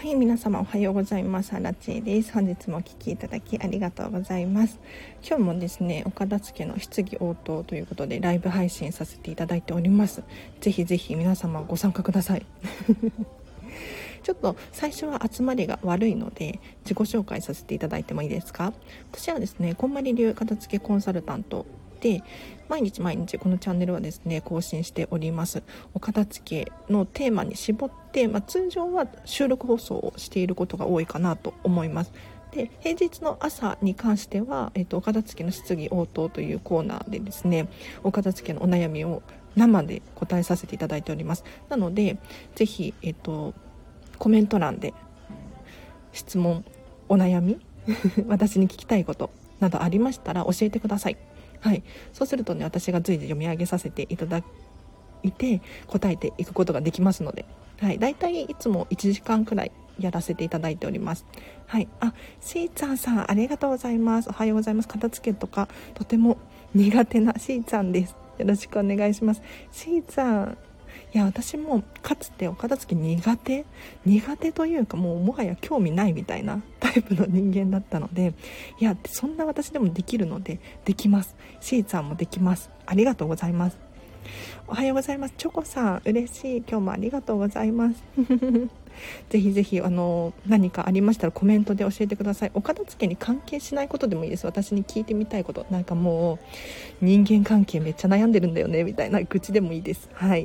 はい、皆様おはようございます。アラチェです。本日もお聞きいただきありがとうございます。今日もですね、お片付けの質疑応答ということでライブ配信させていただいております。ぜひぜひ皆様ご参加ください。ちょっと最初は集まりが悪いので自己紹介させていただいてもいいですか？私はですね、こんまり流片付けコンサルタントで、毎日このチャンネルはですね更新しております。お片付けのテーマに絞って、通常は収録放送をしていることが多いかなと思います。で、平日の朝に関しては、お片付けの質疑応答というコーナーでですね、お片付けのお悩みを生で答えさせていただいております。なのでぜひ、コメント欄で質問、お悩み私に聞きたいことなどありましたら教えてください。はい、そうするとね、私が随時読み上げさせていただいて答えていくことができますので、はい、だいたいいつも1時間くらいやらせていただいております。はい、しーちゃんさんありがとうございます。おはようございます。片付けとかとても苦手なしーちゃんです。よろしくお願いします。しーちゃん、いや、私もかつてお片付け苦手というか、もはや興味ないみたいなタイプの人間だったので、いや、そんな私でもできるのでできます。しーちゃんもできます。ありがとうございます。おはようございます。チョコさん嬉しい。今日もありがとうございますぜひぜひ何かありましたらコメントで教えてください。お片付けに関係しないことでもいいです。私に聞いてみたいこと、なんかもう人間関係めっちゃ悩んでるんだよねみたいな愚痴でもいいです。はい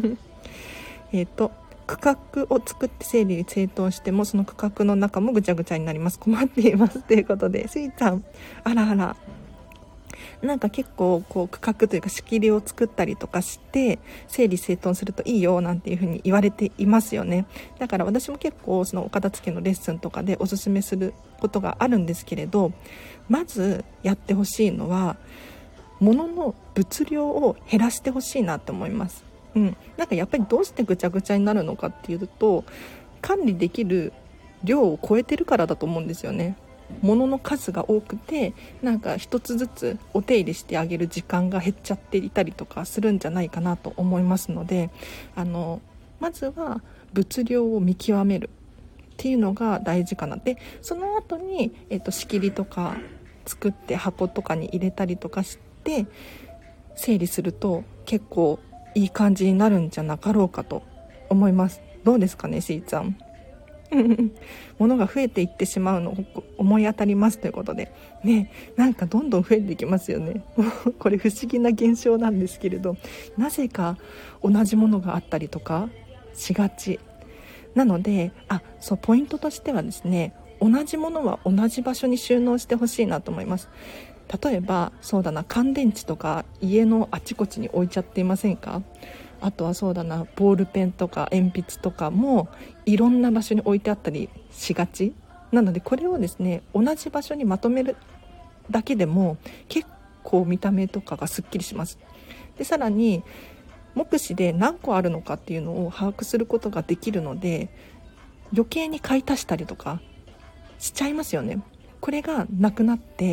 区画を作って整理整頓してもその区画の中もぐちゃぐちゃになります。困っていますということで、スイちゃん、あらあら、なんか結構こう区画というか仕切りを作ったりとかして整理整頓するといいよなんていう風に言われていますよね。だから私も結構そのお片付けのレッスンとかでおすすめすることがあるんですけれど、まずやってほしいのは物の物量を減らしてほしいなと思います。なんかやっぱりどうしてぐちゃぐちゃになるのかっていうと、管理できる量を超えてるからだと思うんですよね。物の数が多くて、なんか一つずつお手入れしてあげる時間が減っちゃっていたりとかするんじゃないかなと思いますので、まずは物量を見極めるっていうのが大事かな。でその後に、仕切りとか作って箱とかに入れたりとかして整理すると結構いい感じになるんじゃなかろうかと思います。どうですかね、しーちゃん物が増えていってしまうのを思い当たりますということでね、なんかどんどん増えていきますよねこれ不思議な現象なんですけれど、なぜか同じものがあったりとかしがちなので、そう、ポイントとしてはですね、同じものは同じ場所に収納してほしいなと思います。例えばそうだな、乾電池とか家のあちこちに置いちゃっていませんか？あとはそうだな、ボールペンとか鉛筆とかもいろんな場所に置いてあったりしがちなので、これをですね同じ場所にまとめるだけでも結構見た目とかがすっきりします。でさらに目視で何個あるのかっていうのを把握することができるので、余計に買い足したりとかしちゃいますよね。これがなくなって、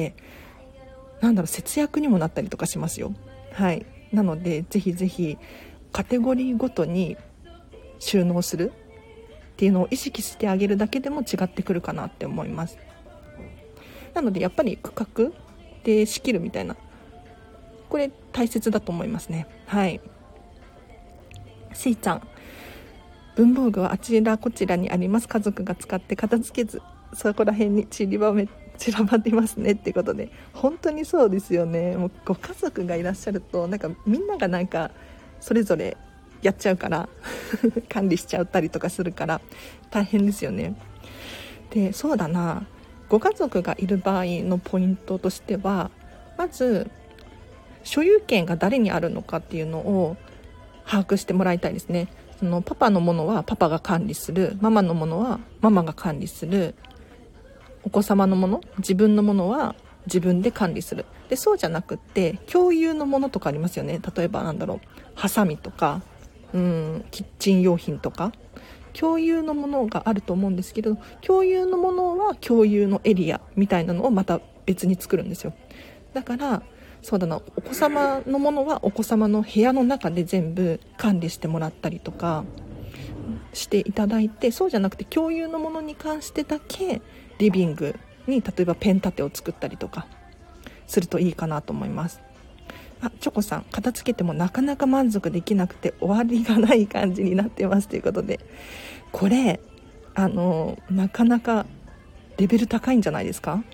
節約にもなったりとかしますよ。はい、なのでぜひぜひカテゴリーごとに収納するっていうのを意識してあげるだけでも違ってくるかなって思います。なのでやっぱり区画で仕切るみたいな、これ大切だと思いますね。はい。しーちゃん、文房具はあちらこちらにあります。家族が使って片付けずそこら辺に散らばっていますねっていうことで、本当にそうですよね。もうご家族がいらっしゃるとなんかみんながなんかそれぞれやっちゃうから管理しちゃったりとかするから大変ですよね。でそうだな、ご家族がいる場合のポイントとしては、まず所有権が誰にあるのかっていうのを把握してもらいたいですね。そのパパのものはパパが管理する、ママのものはママが管理する、お子様のもの、自分のものは自分で管理する。でそうじゃなくって共有のものとかありますよね。例えばハサミとかキッチン用品とか共有のものがあると思うんですけど、共有のものは共有のエリアみたいなのをまた別に作るんですよ。だからそうだな、お子様のものはお子様の部屋の中で全部管理してもらったりとか、 していただいて、そうじゃなくて共有のものに関してだけリビングに例えばペン立てを作ったりとかするといいかなと思います。チョコさん、片付けてもなかなか満足できなくて終わりがない感じになってますということで、これなかなかレベル高いんじゃないですか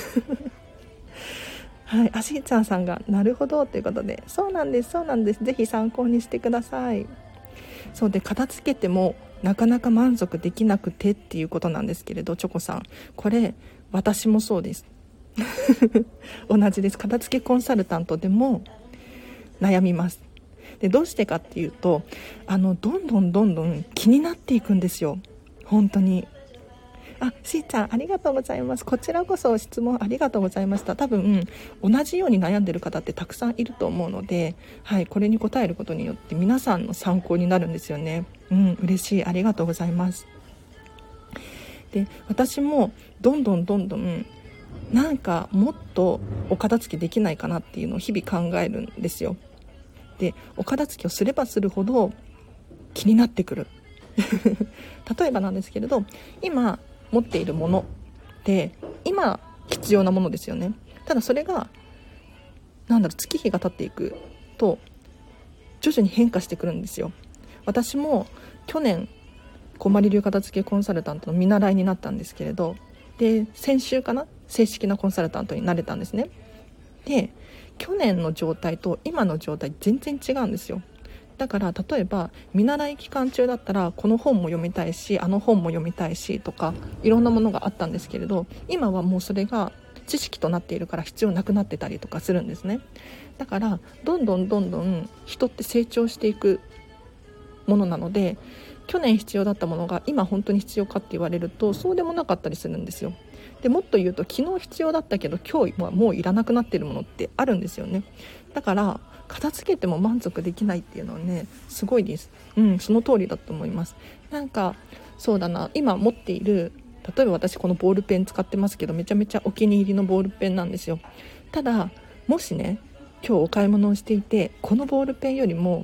はい、しーちゃんさんがなるほどということで、そうなんですぜひ参考にしてください。そうで、片付けてもなかなか満足できなくてっていうことなんですけれど、チョコさん、これ私もそうです同じです。片付けコンサルタントでも悩みます。で、どうしてかっていうと、どんどん気になっていくんですよ、本当に。しーちゃんありがとうございます。こちらこそ質問ありがとうございました。多分同じように悩んでる方ってたくさんいると思うので、はい、これに答えることによって皆さんの参考になるんですよね。嬉しい、ありがとうございます。で、私もどんどんなんかもっとお片付けできないかなっていうのを日々考えるんですよ。で、お片付けをすればするほど気になってくる例えばなんですけれど、今持っているものって今必要なものですよね。ただそれが月日が経っていくと徐々に変化してくるんですよ。私も去年こまり流片付けコンサルタントの見習いになったんですけれど、で先週かな、正式なコンサルタントになれたんですね。で、去年の状態と今の状態全然違うんですよ。だから例えば見習い期間中だったらこの本も読みたいし、あの本も読みたいしとかいろんなものがあったんですけれど、今はもうそれが知識となっているから必要なくなってたりとかするんですね。だからどんどん人って成長していくものなので、去年必要だったものが今本当に必要かって言われるとそうでもなかったりするんですよ。でもっと言うと、昨日必要だったけど今日はもういらなくなっているものってあるんですよね。だから片付けても満足できないっていうのはね、すごいです。その通りだと思います。そうだな、今持っている、例えば私このボールペン使ってますけど、めちゃめちゃお気に入りのボールペンなんですよ。ただもしね、今日お買い物をしていてこのボールペンよりも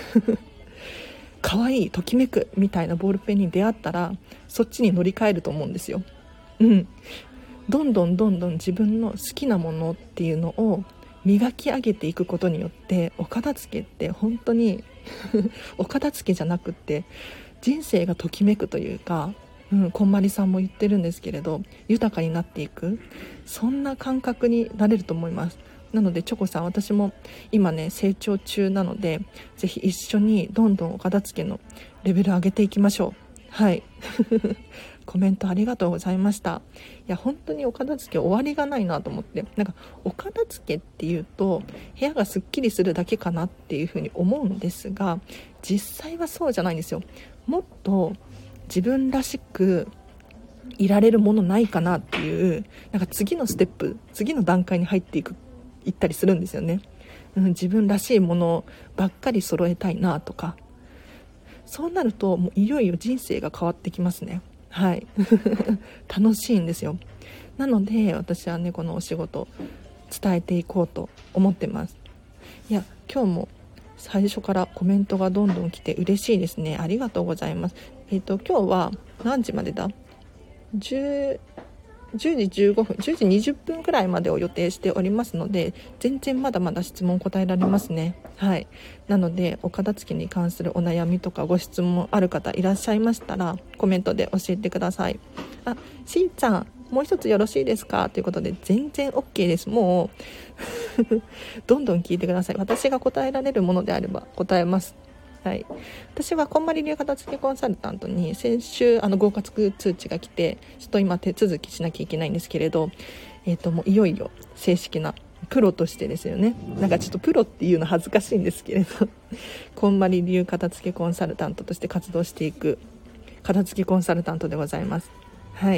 可愛いときめくみたいなボールペンに出会ったら、そっちに乗り換えると思うんですよ。どんどん自分の好きなものっていうのを磨き上げていくことによって、お片付けって本当にお片付けじゃなくって人生がときめくというか、こんまりさんも言ってるんですけれど、豊かになっていく、そんな感覚になれると思います。なのでチョコさん、私も今ね成長中なので、ぜひ一緒にどんどんお片付けのレベル上げていきましょう。はいコメントありがとうございました。いや本当にお片付け終わりがないなと思って、お片付けっていうと部屋がすっきりするだけかなっていうふうに思うんですが、実際はそうじゃないんですよ。もっと自分らしくいられるものないかなっていう、次のステップ、次の段階に入っていったりするんですよね。自分らしいものばっかり揃えたいなとか、そうなるともういよいよ人生が変わってきますね。はい楽しいんですよ。なので私はね、このお仕事伝えていこうと思ってます。いや、今日も最初からコメントがどんどん来て嬉しいですね。ありがとうございます。今日は何時までだ、10時15分、10時20分くらいまでを予定しておりますので、全然まだまだ質問答えられますね。はい。なので、お片付けに関するお悩みとかご質問ある方いらっしゃいましたら、コメントで教えてください。しーちゃん、もう一つよろしいですかということで、全然 OK です。もうどんどん聞いてください。私が答えられるものであれば答えます。はい、私はこんまり流片付けコンサルタントに先週合格通知が来て、ちょっと今手続きしなきゃいけないんですけれど、もういよいよ正式なプロとしてですよね。ちょっとプロっていうの恥ずかしいんですけれどこんまり流片付けコンサルタントとして活動していく片付けコンサルタントでございます。はい。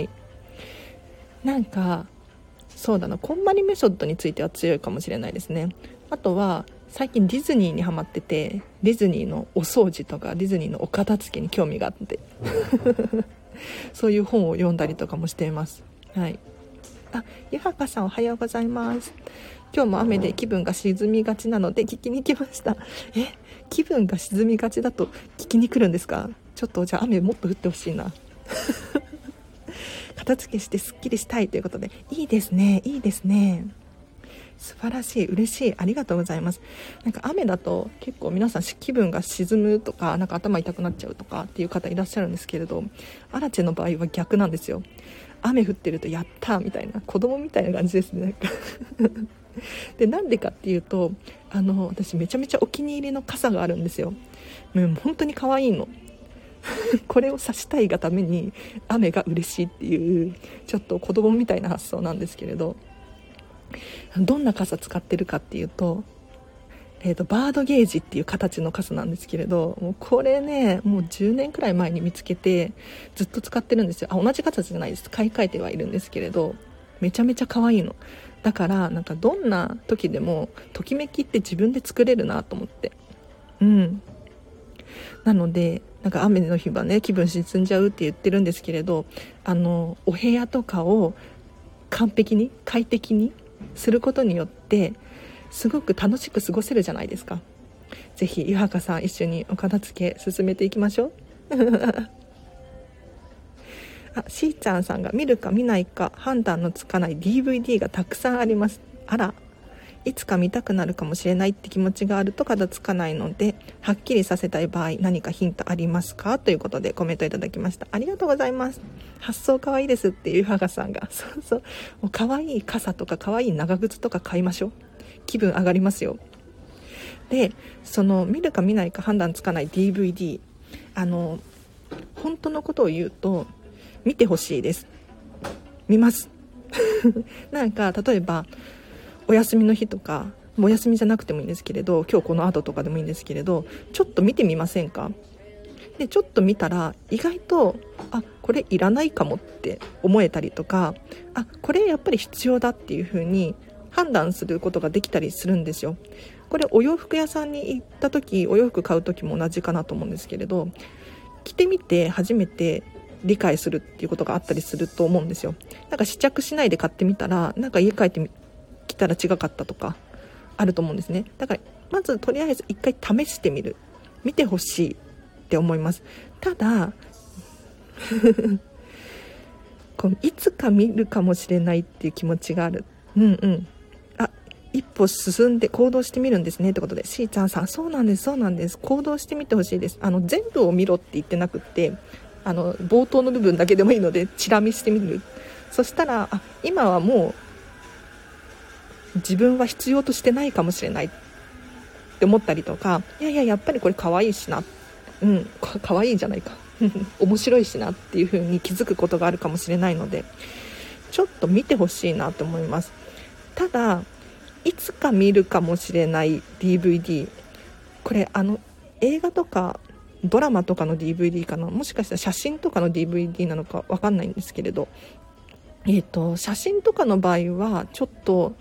そうだな、こんまりメソッドについては強いかもしれないですね。あとは最近ディズニーにハマってて、ディズニーのお掃除とかディズニーのお片付けに興味があってそういう本を読んだりとかもしています。はい。ゆはかさんおはようございます。今日も雨で気分が沈みがちなので聞きに来ました。気分が沈みがちだと聞きに来るんですか？ ちょっとじゃあ雨もっと降ってほしいな片付けしてすっきりしたいということで、いいですね、いいですね、素晴らしい、嬉しい、ありがとうございます。なんか雨だと結構皆さん気分が沈むとか、なんか頭痛くなっちゃうとかっていう方いらっしゃるんですけれど、アラチェの場合は逆なんですよ。雨降ってるとやったみたいな、子供みたいな感じですねで、なんでかっていうと、私めちゃめちゃお気に入りの傘があるんですよ。もう本当に可愛いのこれを差したいがために雨が嬉しいっていう、ちょっと子供みたいな発想なんですけれど、どんな傘使ってるかっていうと、バードゲージっていう形の傘なんですけれど、もうこれね、もう10年くらい前に見つけてずっと使ってるんですよ。同じ傘じゃないです、買い替えてはいるんですけれど、めちゃめちゃ可愛いの。だからなんかどんな時でもときめきって自分で作れるなと思って、なのでなんか雨の日はね、気分沈んじゃうって言ってるんですけれど、お部屋とかを完璧に快適にすることによってすごく楽しく過ごせるじゃないですか。ぜひゆはかさん、一緒にお片付け進めていきましょうしーちゃんさんが、見るか見ないか判断のつかない DVD がたくさんあります。あら、いつか見たくなるかもしれないって気持ちがあると片付かないので、はっきりさせたい場合何かヒントありますか、ということでコメントいただきました。ありがとうございます。発想かわいいですっていう母さんが、そうそう、もうかわいい傘とかかわいい長靴とか買いましょう。気分上がりますよ。で、その見るか見ないか判断つかない DVD、 本当のことを言うと見てほしいです。見ますなんか例えばお休みの日とか、お休みじゃなくてもいいんですけれど、今日この後とかでもいいんですけれど、ちょっと見てみませんか。でちょっと見たら意外と、これいらないかもって思えたりとか、これやっぱり必要だっていう風に判断することができたりするんですよ。これお洋服屋さんに行った時、お洋服買う時も同じかなと思うんですけれど、着てみて初めて理解するっていうことがあったりすると思うんですよ。なんか試着しないで買ってみたら、なんか家帰って来たら違かったとかあると思うんですね。だからまずとりあえず一回試してみる、見てほしいって思います。ただいつか見るかもしれないっていう気持ちがある。一歩進んで行動してみるんですねってことで、しーちゃんさん、そうなんです、そうなんです、行動してみてほしいです。全部を見ろって言ってなくって、冒頭の部分だけでもいいのでチラ見してみる。そしたら、今はもう自分は必要としてないかもしれないって思ったりとか、やっぱりこれ可愛いしな、可愛いじゃないか面白いしなっていう風に気づくことがあるかもしれないので、ちょっと見てほしいなと思います。ただいつか見るかもしれない DVD、 これ映画とかドラマとかの DVD かな、もしかしたら写真とかの DVD なのか分かんないんですけれど、写真とかの場合はちょっと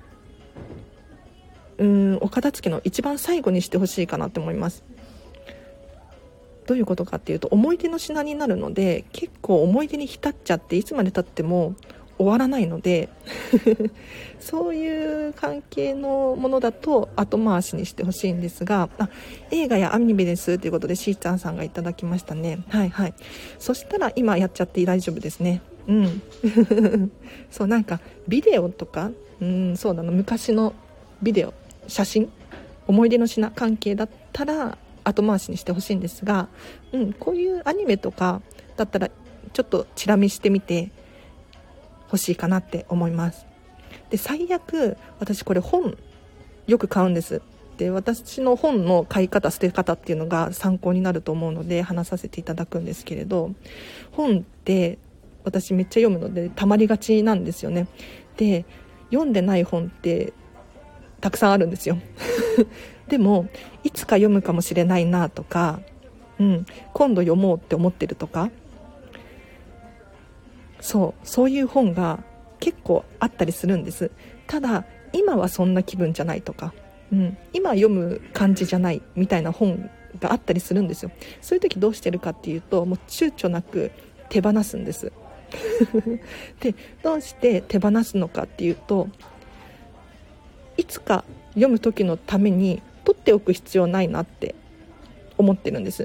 お片付けの一番最後にしてほしいかなと思います。どういうことかっていうと、思い出の品になるので、結構思い出に浸っちゃっていつまで経っても終わらないのでそういう関係のものだと後回しにしてほしいんですが、映画やアニメですということでしーちゃんさんがいただきましたね。そしたら今やっちゃって大丈夫ですね。そうなんかビデオとか、そうなの、昔のビデオ、写真、思い出の品関係だったら後回しにしてほしいんですが、こういうアニメとかだったらちょっとチラ見してみて欲しいかなって思います。で、最悪私これ本よく買うんです。で、私の本の買い方捨て方っていうのが参考になると思うので話させていただくんですけれど、本って私めっちゃ読むので溜まりがちなんですよね。で、読んでない本ってたくさんあるんですよでもいつか読むかもしれないなとか、今度読もうって思ってるとか、そういう本が結構あったりするんです。ただ今はそんな気分じゃないとか、今読む感じじゃないみたいな本があったりするんですよ。そういう時どうしてるかっていうと、もう躊躇なく手放すんですで、どうして手放すのかっていうと、いつか読む時のために取っておく必要ないなって思ってるんです。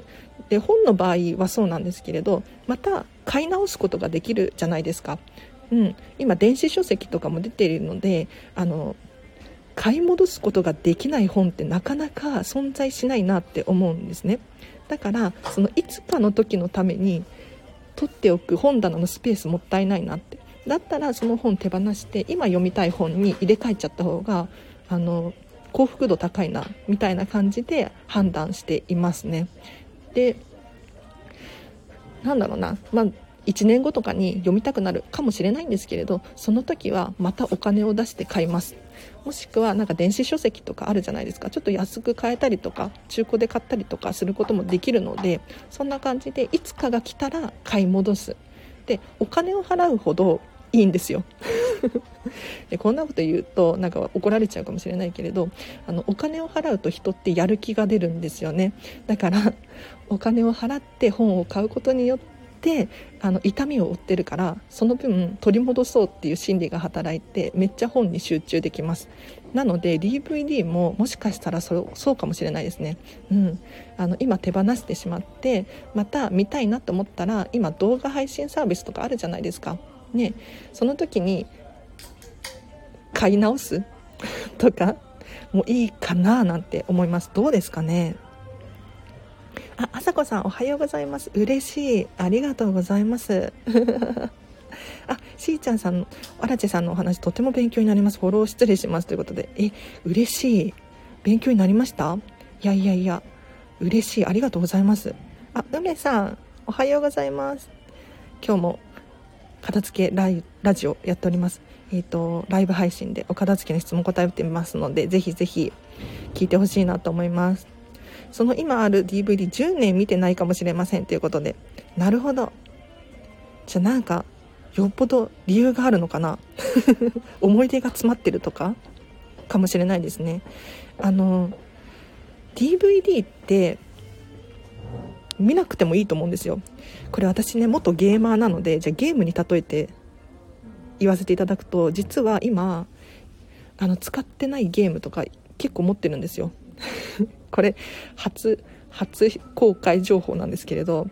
で本の場合はそうなんですけれど、また買い直すことができるじゃないですか。今電子書籍とかも出ているので、買い戻すことができない本ってなかなか存在しないなって思うんですね。だからそのいつかの時のために取っておく本棚のスペースもったいないなって。だったらその本手放して今読みたい本に入れ替えちゃった方が幸福度高いなみたいな感じで判断していますね。で、なんだろうな、1年後とかに読みたくなるかもしれないんですけれど、その時はまたお金を出して買います。もしくはなんか電子書籍とかあるじゃないですか。ちょっと安く買えたりとか中古で買ったりとかすることもできるので、そんな感じでいつかが来たら買い戻す。で、お金を払うほどいいんですよでこんなこと言うとなんか怒られちゃうかもしれないけれど、お金を払うと人ってやる気が出るんですよね。だからお金を払って本を買うことによって痛みを負ってるから、その分取り戻そうっていう心理が働いてめっちゃ本に集中できます。なので DVD ももしかしたらそうかもしれないですね。今手放してしまってまた見たいなと思ったら、今動画配信サービスとかあるじゃないですかね。その時に買い直すとかもいいかななんて思います。どうですかね。あさこさんおはようございます。嬉しい、ありがとうございますしーちゃんさんのあらちさんのお話とても勉強になります。フォロー失礼しますということで、嬉しい、勉強になりました。いや嬉しい、ありがとうございます。梅さんおはようございます。今日も片付けラジオやっております。ライブ配信でお片付けの質問答えてみますので、ぜひぜひ聞いてほしいなと思います。その今ある DVD10 年見てないかもしれませんということで、なるほど。じゃあなんかよっぽど理由があるのかな思い出が詰まってるとかかもしれないですね。DVD って見なくてもいいと思うんですよ。これ私ね、元ゲーマーなので、じゃあゲームに例えて言わせていただくと、実は今使ってないゲームとか結構持ってるんですよこれ初公開情報なんですけれど、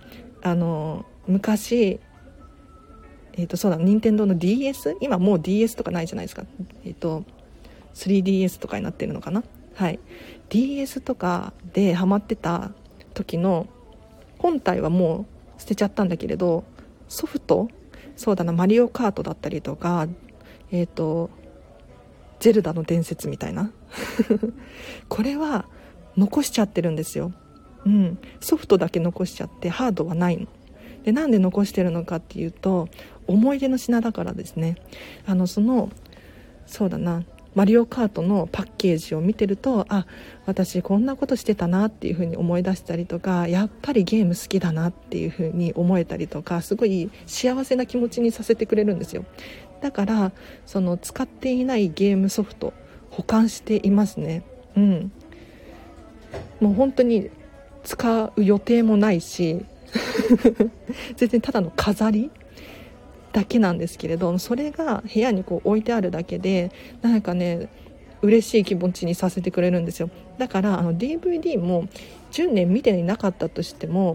昔そうだ、任天堂の DS、 今もう DS とかないじゃないですか。3DS とかになってるのかな。はい、DS とかでハマってた時の本体はもう捨てちゃったんだけれど、ソフト、そうだな、マリオカートだったりとか、ゼルダの伝説みたいなこれは残しちゃってるんですよ。ソフトだけ残しちゃってハードはないので、なんで残してるのかっていうと、思い出の品だからですね。そうだな、マリオカートのパッケージを見てると、私こんなことしてたなっていう風に思い出したりとか、やっぱりゲーム好きだなっていう風に思えたりとか、すごい幸せな気持ちにさせてくれるんですよ。だからその使っていないゲームソフト保管していますね。もう本当に使う予定もないし全然ただの飾りだけなんですけれど、それが部屋にこう置いてあるだけでなんかね、嬉しい気持ちにさせてくれるんですよ。だからDVD も10年見ていなかったとしても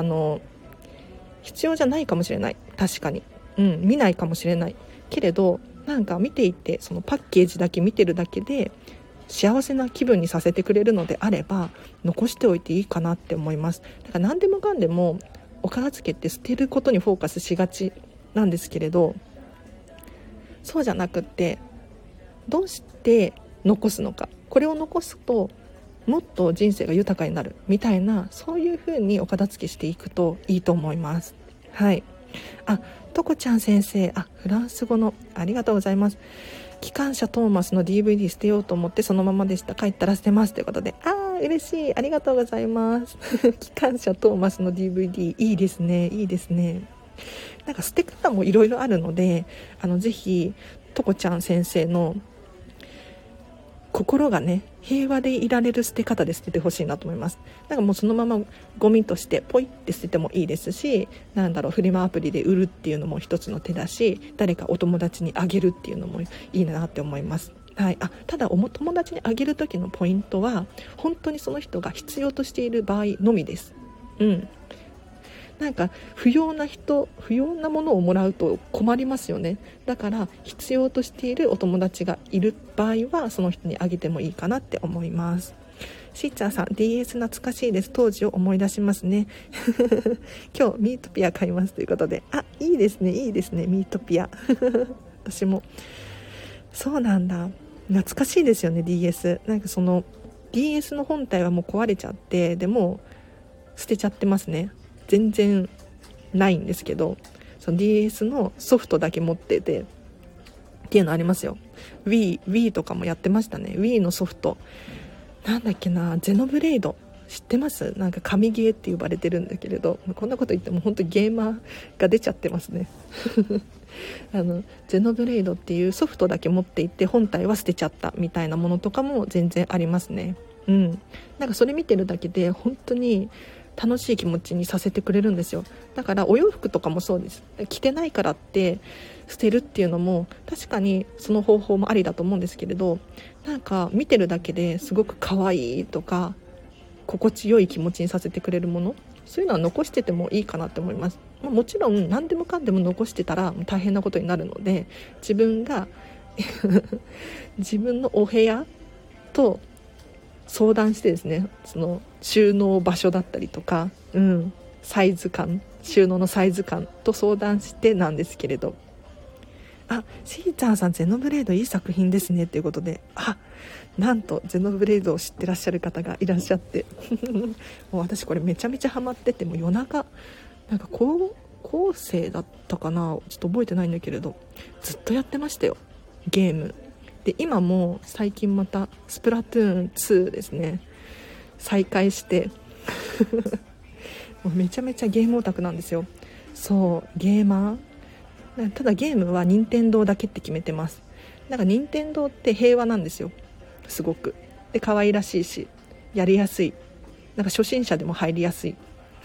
必要じゃないかもしれない。確かに、見ないかもしれないけれど、なんか見ていてそのパッケージだけ見てるだけで幸せな気分にさせてくれるのであれば残しておいていいかなって思います。だから何でもかんでもお片付けって捨てることにフォーカスしがちなんですけれど、そうじゃなくってどうして残すのか、これを残すともっと人生が豊かになるみたいな、そういう風にお片付けしていくといいと思います。はい。とこちゃん先生、フランス語のありがとうございます。機関車トーマスの DVD 捨てようと思ってそのままでした。帰ったら捨てますということで、嬉しい、ありがとうございます機関車トーマスの DVD いいですね、いいですね。なんか捨て方もいろいろあるので、ぜひとこちゃん先生の心がね平和でいられる捨て方で捨ててほしいなと思います。なんかもうそのままゴミとしてポイって捨ててもいいですし、フリマアプリで売るっていうのも一つの手だし、誰かお友達にあげるっていうのもいいなって思います。はい。ただ友達にあげる時のポイントは本当にその人が必要としている場合のみです。 なんか不要なものをもらうと困りますよね。だから必要としているお友達がいる場合はその人にあげてもいいかなって思います。しーちゃんさん、 DS 懐かしいです。当時を思い出しますね。今日ミートピア買いますということで、いいですねミートピア。私もそうなんだ、懐かしいですよね DS。 なんかその DS の本体はもう壊れちゃって、でも捨てちゃってますね。全然ないんですけど、その DS のソフトだけ持っててっていうのありますよ。 Wii とかもやってましたね。 Wii のソフトなんだっけな、ゼノブレイド知ってます？なんか神ゲーって呼ばれてるんだけれど、こんなこと言っても本当にゲーマーが出ちゃってますね。ゼノブレイドっていうソフトだけ持っていて本体は捨てちゃったみたいなものとかも全然ありますね。なんかそれ見てるだけで本当に楽しい気持ちにさせてくれるんですよ。だからお洋服とかもそうです。着てないからって捨てるっていうのも確かにその方法もありだと思うんですけれど、なんか見てるだけですごく可愛いとか心地よい気持ちにさせてくれるもの、そういうのは残しててもいいかなって思います。もちろん何でもかんでも残してたら大変なことになるので、自分が自分のお部屋と相談してですね、その収納場所だったりとか、サイズ感、収納のサイズ感と相談してなんですけれど、しーちゃんさん、ゼノブレイドいい作品ですねということで、なんとゼノブレイドを知ってらっしゃる方がいらっしゃってもう私これめちゃめちゃハマってて、もう夜中なんか高校生だったかな、ちょっと覚えてないんだけれどずっとやってましたよ、ゲームで。今も最近またスプラトゥーン2ですね、再開してもうめちゃめちゃゲームオタクなんですよ。そう、ゲーマー。ただゲームは任天堂だけって決めてます。なんか任天堂って平和なんですよ、すごく。で可愛らしいしやりやすい、なんか初心者でも入りやすい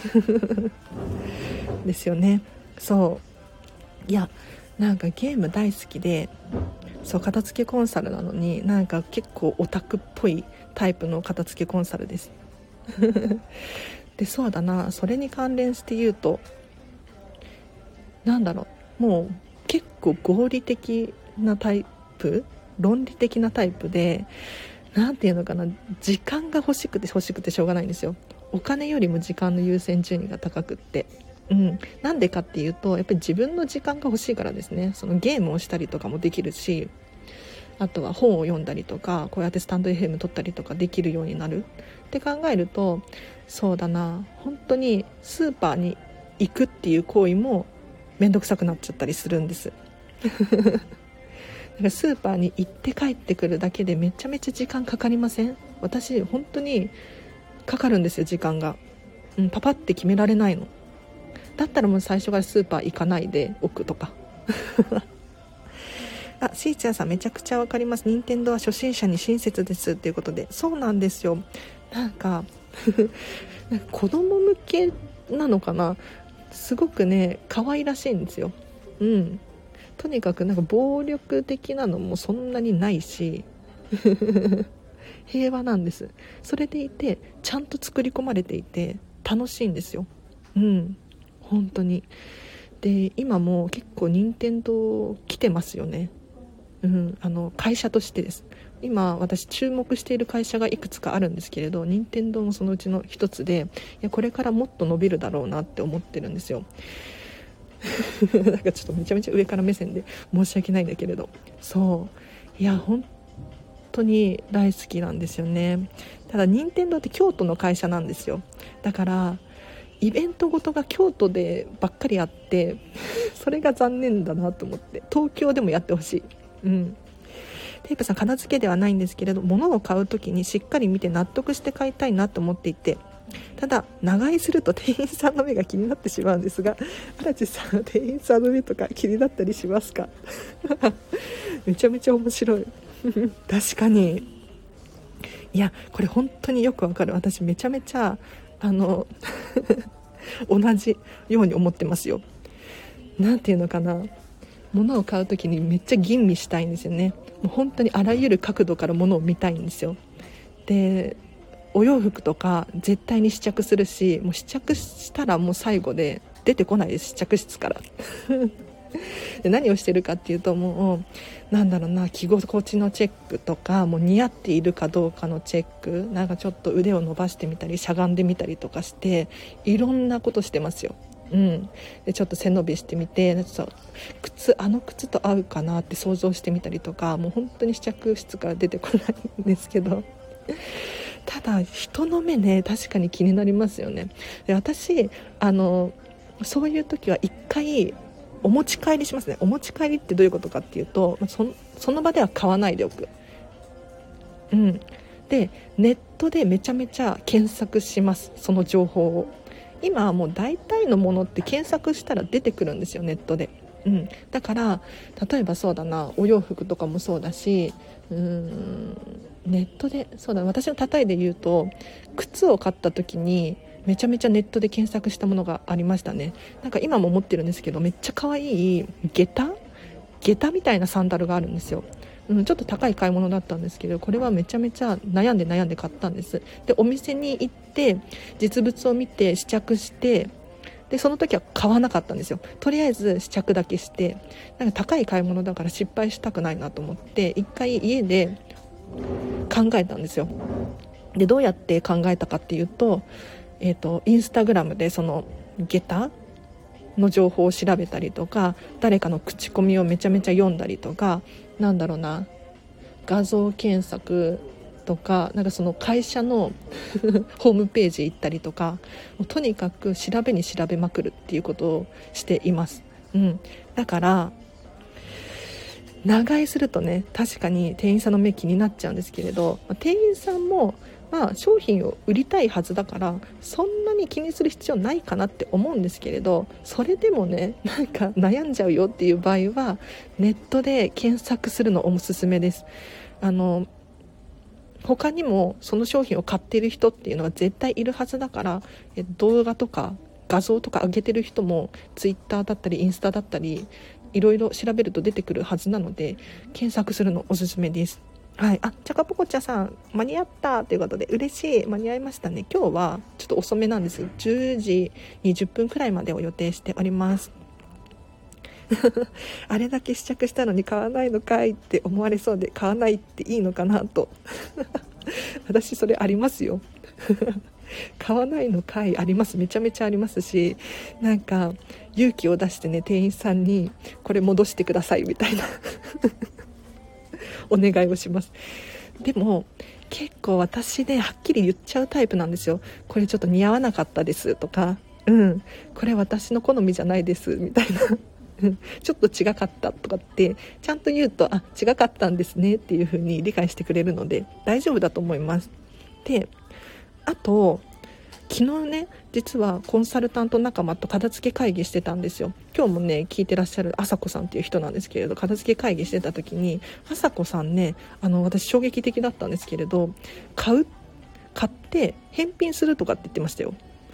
ですよね。そういや、なんかゲーム大好きで、そう、片付けコンサルなのになんか結構オタクっぽいタイプの片付けコンサルですで、そうだな、それに関連して言うと、なんだろう、もう結構合理的なタイプ、論理的なタイプで、なんていうのかな、時間が欲しくてしょうがないんですよ。お金よりも時間の優先順位が高くって、なんでかっていうと、やっぱり自分の時間が欲しいからですね。そのゲームをしたりとかもできるし、あとは本を読んだりとか、こうやってスタンド FM 撮ったりとかできるようになるって考えると、そうだな、本当にスーパーに行くっていう行為もめんどくさくなっちゃったりするんですだからスーパーに行って帰ってくるだけでめちゃめちゃ時間かかりません？私本当にかかるんですよ、時間が。パパって決められないの。だったらもう最初からスーパー行かないでおくとかしーちゃんさん、めちゃくちゃわかります。任天堂は初心者に親切ですっていうことで、そうなんですよ。なんか子供向けなのかな、すごくね可愛らしいんですよ。とにかくなんか暴力的なのもそんなにないし平和なんです。それでいてちゃんと作り込まれていて楽しいんですよ。本当に。で今も結構任天堂来てますよね。会社としてです。今私注目している会社がいくつかあるんですけれど、任天堂もそのうちの一つで、これからもっと伸びるだろうなって思ってるんですよなんかちょっとめちゃめちゃ上から目線で申し訳ないんだけれど、そういや本当に大好きなんですよね。ただ任天堂って京都の会社なんですよ。だからイベントごとが京都でばっかりあってそれが残念だなと思って、東京でもやってほしい。テープさん、片付けではないんですけれど、物を買うときにしっかり見て納得して買いたいなと思っていて、ただ長居すると店員さんの目が気になってしまうんですが、荒地さん、店員さんの目とか気になったりしますか？めちゃめちゃ面白い確かに。いやこれ本当によくわかる。私めちゃめちゃ同じように思ってますよ。なんていうのかな、物を買うときにめっちゃ吟味したいんですよね。もう本当にあらゆる角度から物を見たいんですよ。でお洋服とか絶対に試着するし、もう試着したらもう最後で出てこないです、試着室からで何をしてるかっていうと、もうなんだろうな、着心地のチェックとか、もう似合っているかどうかのチェック、なんかちょっと腕を伸ばしてみたりしゃがんでみたりとかして、いろんなことしてますよ。でちょっと背伸びしてみて、ちょっとあの靴と合うかなって想像してみたりとか、もう本当に試着室から出てこないんですけどただ人の目ね、確かに気になりますよね。で私そういう時は一回お持ち帰りしますね。お持ち帰りってどういうことかっていうと、その場では買わないでおく。でネットでめちゃめちゃ検索します、その情報を。今はもう大体のものって検索したら出てくるんですよ、ネットで。だから例えばそうだな、お洋服とかもそうだし、ネットで、そうだ、私の例えで言うと、靴を買った時にめちゃめちゃネットで検索したものがありましたね。なんか今も持ってるんですけど、めっちゃ可愛い下駄みたいなサンダルがあるんですよ。ちょっと高い買い物だったんですけど、これはめちゃめちゃ悩んで買ったんです。でお店に行って実物を見て試着して、でその時は買わなかったんですよ。とりあえず試着だけして、なんか高い買い物だから失敗したくないなと思って、一回家で考えたんですよ。でどうやって考えたかっていうと、インスタグラムでその下駄の情報を調べたりとか、誰かの口コミをめちゃめちゃ読んだりとか、なんだろうな、画像検索とか、なんかその会社のホームページ行ったりとか、もうとにかく調べまくるっていうことをしています。だから長居するとね、確かに店員さんの目気になっちゃうんですけれど、店員さんも商品を売りたいはずだから、そんなに気にする必要ないかなって思うんですけれど、それでもね、なんか悩んじゃうよっていう場合はネットで検索するのおすすめです。他にもその商品を買っている人っていうのは絶対いるはずだから、動画とか画像とか上げてる人もツイッターだったりインスタだったりいろいろ調べると出てくるはずなので、検索するのおすすめです。はい、チャカポコチャさん間に合ったということで嬉しい、間に合いましたね。今日はちょっと遅めなんです。10時20分くらいまでを予定しておりますあれだけ試着したのに買わないのかいって思われそうで、買わないっていいのかなと私それありますよ買わないのかいあります、めちゃめちゃありますし、なんか勇気を出してね、店員さんにこれ戻してくださいみたいなお願いをします。でも結構私ではっきり言っちゃうタイプなんですよ。これちょっと似合わなかったですとか、これ私の好みじゃないですみたいなちょっと違かったとかってちゃんと言うと、違かったんですねっていう風に理解してくれるので大丈夫だと思います。であと昨日ね、実はコンサルタント仲間と片付け会議してたんですよ。今日もね聞いてらっしゃるあさこさんっていう人なんですけれど、片付け会議してた時にあさこさんね、私衝撃的だったんですけれど、買って返品するとかって言ってましたよ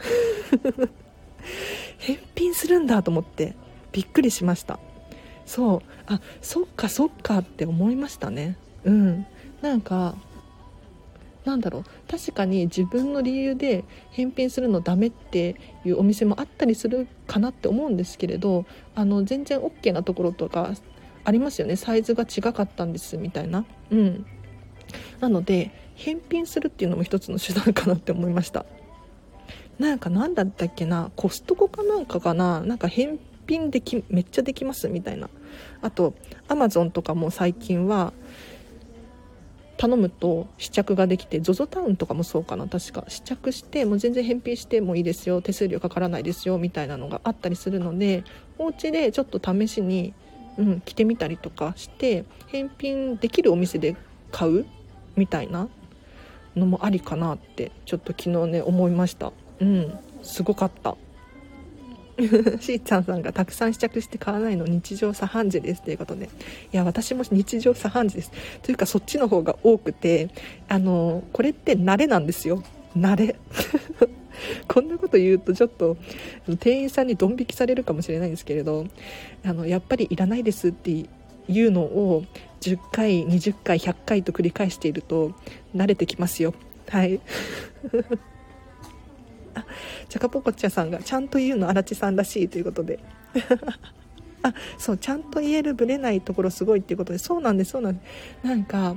返品するんだと思ってびっくりしました。そっかって思いましたね。なんかなんだろう、確かに自分の理由で返品するのダメっていうお店もあったりするかなって思うんですけれど、全然 OK なところとかありますよね。サイズが違かったんですみたいな。なので返品するっていうのも一つの手段かなって思いました。なんだったっけな、コストコかなんかなんか返品めっちゃできますみたいな。あとアマゾンとかも最近は頼むと試着ができて、 ZOZO タウンとかもそうかな、確か試着してもう全然返品してもいいですよ、手数料かからないですよみたいなのがあったりするので、お家でちょっと試しに、着てみたりとかして返品できるお店で買うみたいなのもありかなってちょっと昨日ね思いました。すごかったしーちゃんさんがたくさん試着して買わないの日常茶飯事ですということで、いや私も日常茶飯事ですというか、そっちの方が多くて、これって慣れなんですよ、慣れこんなこと言うとちょっと店員さんにドン引きされるかもしれないんですけれど、やっぱりいらないですっていうのを10回20回100回と繰り返していると慣れてきますよはいあ、チャカポコチャさんがちゃんと言うの荒地さんらしいということであ、そう、ちゃんと言えるブレないところすごいっていうことで、そうなんです、そうなんです。なんか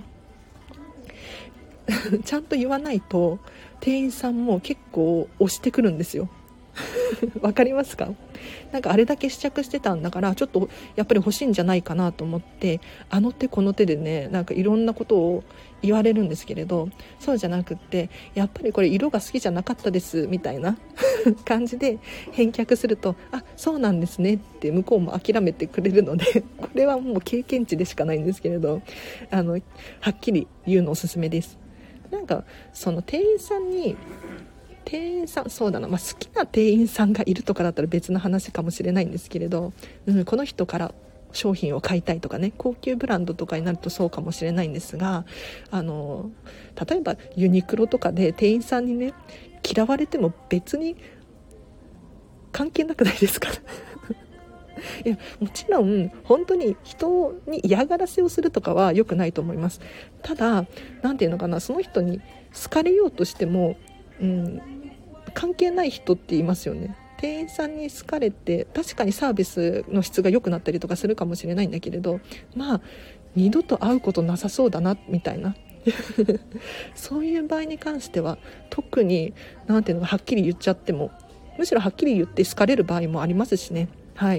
ちゃんと言わないと店員さんも結構押してくるんですよわかりますか？なんかあれだけ試着してたんだからちょっとやっぱり欲しいんじゃないかなと思って、あの手この手でね、なんかいろんなことを言われるんですけれど、そうじゃなくって、やっぱりこれ色が好きじゃなかったですみたいな感じで返却すると、あ、そうなんですねって向こうも諦めてくれるのでこれはもう経験値でしかないんですけれど、はっきり言うのおすすめです。なんかその店員さん、そうだな、好きな店員さんがいるとかだったら別の話かもしれないんですけれど、この人から商品を買いたいとかね、高級ブランドとかになるとそうかもしれないんですが、例えばユニクロとかで店員さんにね嫌われても別に関係なくないですかいや、もちろん本当に人に嫌がらせをするとかは良くないと思います。ただ、なんていうのかな、その人に好かれようとしても、関係ない人って言いますよね。店員さんに好かれて確かにサービスの質が良くなったりとかするかもしれないんだけれど、二度と会うことなさそうだなみたいなそういう場合に関しては特になんていうのかはっきり言っちゃっても、むしろはっきり言って好かれる場合もありますしね。はい。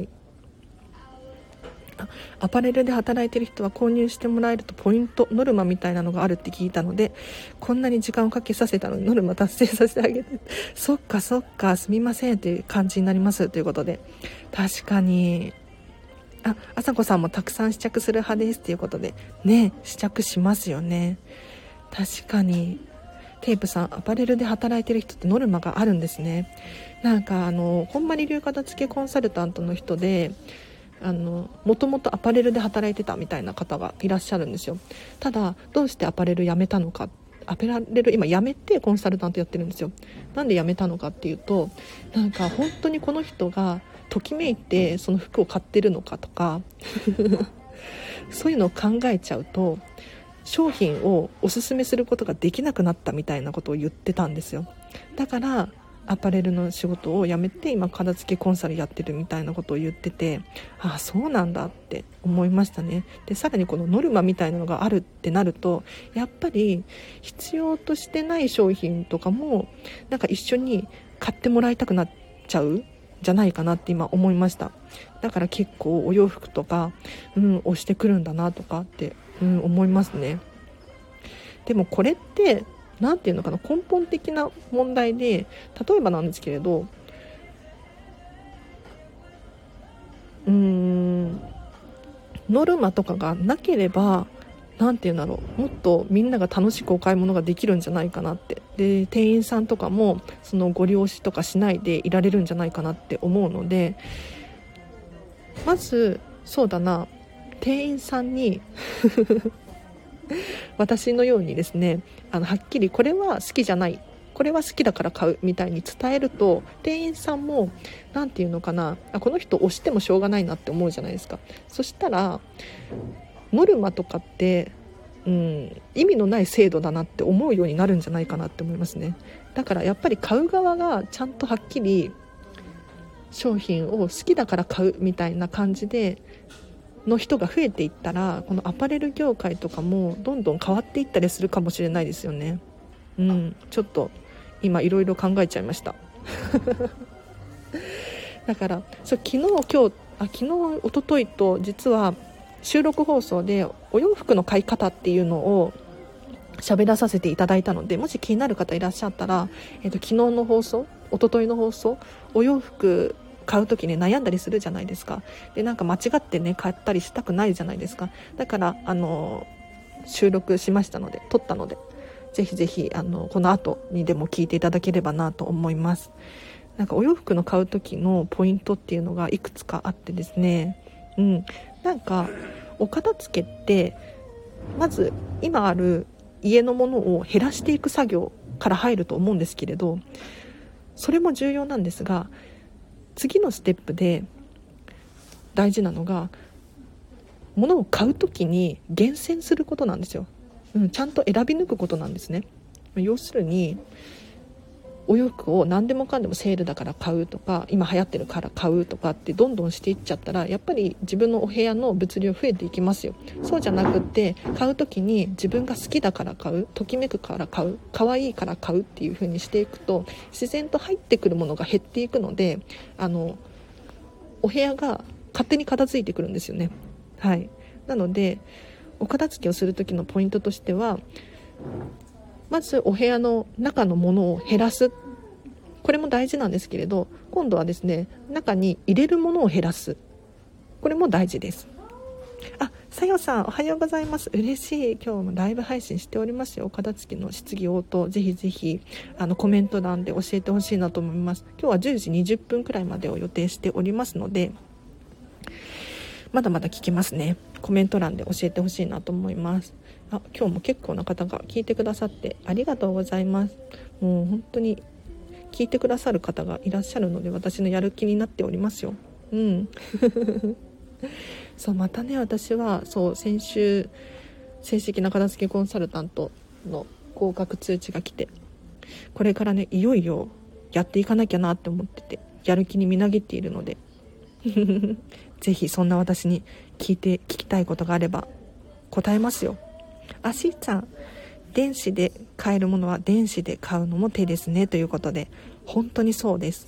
アパレルで働いてる人は購入してもらえるとポイントノルマみたいなのがあるって聞いたので、こんなに時間をかけさせたのにノルマ達成させてあげてそっかそっか、すみませんっていう感じになりますということで、確かにあさこさんもたくさん試着する派ですということでね、試着しますよね。確かに。テープさん、アパレルで働いてる人ってノルマがあるんですね。なんかこんまり流片付けコンサルタントの人で、もともとアパレルで働いてたみたいな方がいらっしゃるんですよ。ただどうしてアパレル辞めたのか、アパレル今辞めてコンサルタントやってるんですよ。なんで辞めたのかっていうと、なんか本当にこの人がときめいてその服を買ってるのかとかそういうのを考えちゃうと商品をおすすめすることができなくなったみたいなことを言ってたんですよ。だからアパレルの仕事を辞めて今片付けコンサルやってるみたいなことを言ってて、あ、そうなんだって思いましたね。でさらにこのノルマみたいなのがあるってなると、やっぱり必要としてない商品とかもなんか一緒に買ってもらいたくなっちゃうじゃないかなって今思いました。だから結構お洋服とか、押してくるんだなとかって、思いますね。でもこれってなんていうのかな、根本的な問題で、例えばなんですけれど、ノルマとかがなければ、なんていうんだろう、もっとみんなが楽しくお買い物ができるんじゃないかなって。で店員さんとかもそのご利用しとかしないでいられるんじゃないかなって思うので、まずそうだな、店員さんに私のようにですね、はっきりこれは好きじゃない、これは好きだから買うみたいに伝えると、店員さんもなんていうのかな、この人押してもしょうがないなって思うじゃないですか。そしたらノルマとかって、意味のない制度だなって思うようになるんじゃないかなって思いますね。だからやっぱり買う側がちゃんとはっきり商品を好きだから買うみたいな感じでの人が増えていったら、このアパレル業界とかもどんどん変わっていったりするかもしれないですよね。ちょっと今いろいろ考えちゃいましただから昨日今日昨日一昨日と実は収録放送でお洋服の買い方っていうのを喋らさせていただいたので、もし気になる方いらっしゃったら、昨日の放送、一昨日の放送、お洋服買う時に悩んだりするじゃないですか。でなんか間違ってね買ったりしたくないじゃないですか。だから収録しましたので、撮ったので、ぜひぜひこの後にでも聞いていただければなと思います。なんかお洋服の買う時のポイントっていうのがいくつかあってですね、なんかお片付けってまず今ある家のものを減らしていく作業から入ると思うんですけれど、それも重要なんですが、次のステップで大事なのが物を買うときに厳選することなんですよ。ちゃんと選び抜くことなんですね。 要するにお洋服を何でもかんでもセールだから買うとか、今流行ってるから買うとかってどんどんしていっちゃったら、やっぱり自分のお部屋の物量増えていきますよ。そうじゃなくって、買う時に自分が好きだから買う、ときめくから買う、可愛いから買うっていう風にしていくと、自然と入ってくるものが減っていくので、お部屋が勝手に片付いてくるんですよね。はい。なのでお片付けをする時のポイントとしては、まずお部屋の中のものを減らす、これも大事なんですけれど、今度はですね、中に入れるものを減らす、これも大事です。あ、さよさんおはようございます。嬉しい。今日もライブ配信しておりますよ。お片付けの質疑応答、ぜひぜひコメント欄で教えてほしいなと思います。今日は10時20分くらいまでを予定しておりますので、まだまだ聞けますね。コメント欄で教えてほしいなと思います。今日も結構な方が聞いてくださってありがとうございます。もう本当に聞いてくださる方がいらっしゃるので、私のやる気になっておりますよ。そう、またね、私は先週正式な片付けコンサルタントの合格通知が来て、これからね、いよいよやっていかなきゃなって思ってて、やる気にみなぎっているのでぜひそんな私に聞きたいことがあれば答えますよ。しーちゃん、電子で買えるものは電子で買うのも手ですね、ということで、本当にそうです。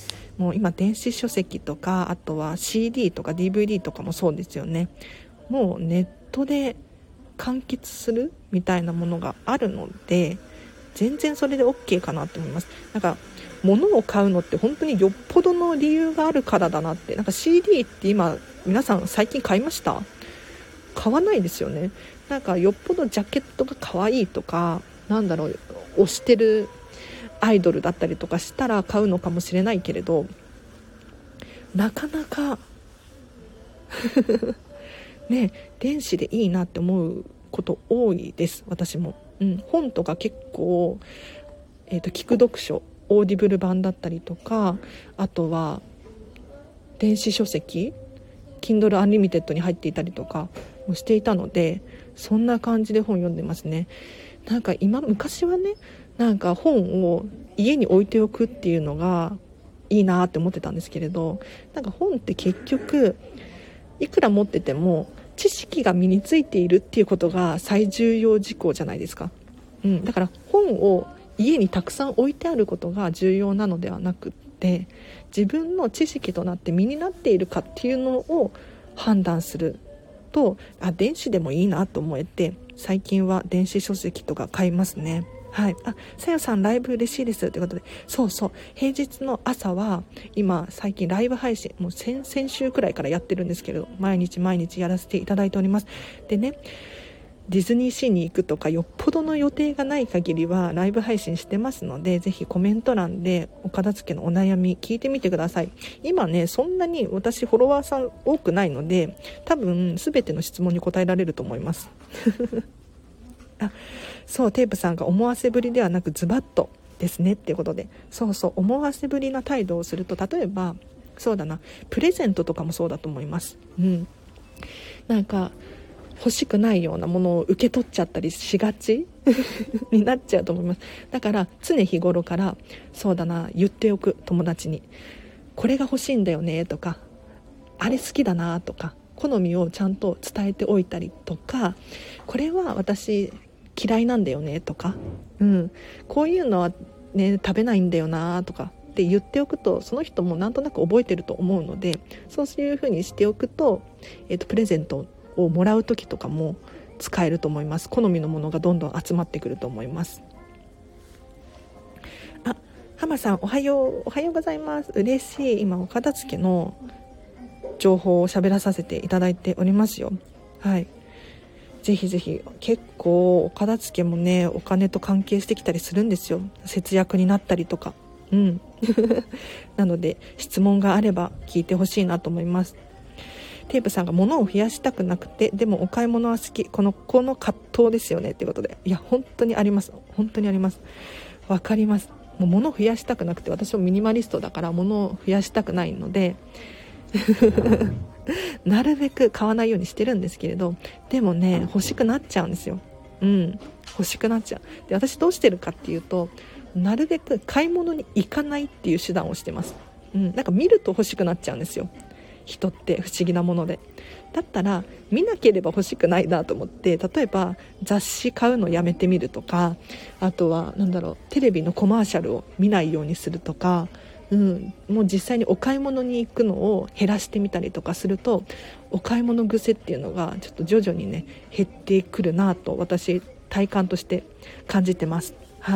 もう今電子書籍とか、あとは CD とか DVD とかもそうですよね。もうネットで完結するみたいなものがあるので、全然それで OK かなと思います。なんか物を買うのって本当によっぽどの理由があるからだなって。なんか CD って今皆さん最近買いました？買わないですよね。なんかよっぽどジャケットが可愛いとか、推してるアイドルだったりとかしたら買うのかもしれないけれど、なかなかね、電子でいいなって思うこと多いです。私も、本とか結構、聞く読書、オーディブル版だったりとか、あとは電子書籍 Kindle Unlimited に入っていたりとかもしていたので、そんな感じで本読んでますね。なんか昔はね、なんか本を家に置いておくっていうのがいいなって思ってたんですけれど、なんか本って結局いくら持ってても知識が身についているっていうことが最重要事項じゃないですか。だから本を家にたくさん置いてあることが重要なのではなくって、自分の知識となって身になっているかっていうのを判断すると、電子でもいいなと思えて、最近は電子書籍とか買いますね。はい。さよさんライブ嬉しいですということで、そう平日の朝は今最近ライブ配信もう先週くらいからやってるんですけれど、毎日やらせていただいております。でね、ディズニーシーに行くとかよっぽどの予定がない限りはライブ配信してますので、ぜひコメント欄でお片付けのお悩み聞いてみてください。今ね、そんなに私フォロワーさん多くないので、多分全ての質問に答えられると思いますテープさんが思わせぶりではなくズバッとですねっていうことで、思わせぶりな態度をすると、例えばプレゼントとかもそうだと思います。なんか欲しくないようなものを受け取っちゃったりしがちになっちゃうと思います。だから常日頃から言っておく。友達にこれが欲しいんだよねとか、あれ好きだなとか、好みをちゃんと伝えておいたりとか、これは私嫌いなんだよねとか、こういうのはね食べないんだよなとかって言っておくと、その人もなんとなく覚えてると思うので、そういう風にしておくと、プレゼントをもらう時とかも使えると思います。好みのものがどんどん集まってくると思います。浜さんおはようございます。嬉しい。今お片付けの情報を喋らさせていただいておりますよ。はい、ぜひぜひ。結構お片付けもね、お金と関係してきたりするんですよ。節約になったりとか。なので質問があれば聞いてほしいなと思います。テープさんが物を増やしたくなくて、でもお買い物は好き。この葛藤ですよねっていうことで、いや本当にあります。本当にあります。わかります。もう物を増やしたくなくて、私もミニマリストだから物を増やしたくないのでなるべく買わないようにしてるんですけれど、でもね欲しくなっちゃうんですよ。 欲しくなっちゃう。で、私どうしてるかっていうと、なるべく買い物に行かないっていう手段をしてます。なんか見ると欲しくなっちゃうんですよ。人って不思議なもので、だったら見なければ欲しくないなと思って、例えば雑誌買うのやめてみるとか、あとはテレビのコマーシャルを見ないようにするとか、もう実際にお買い物に行くのを減らしてみたりとかすると、お買い物癖っていうのがちょっと徐々にね減ってくるなと私体感として感じてます。はい。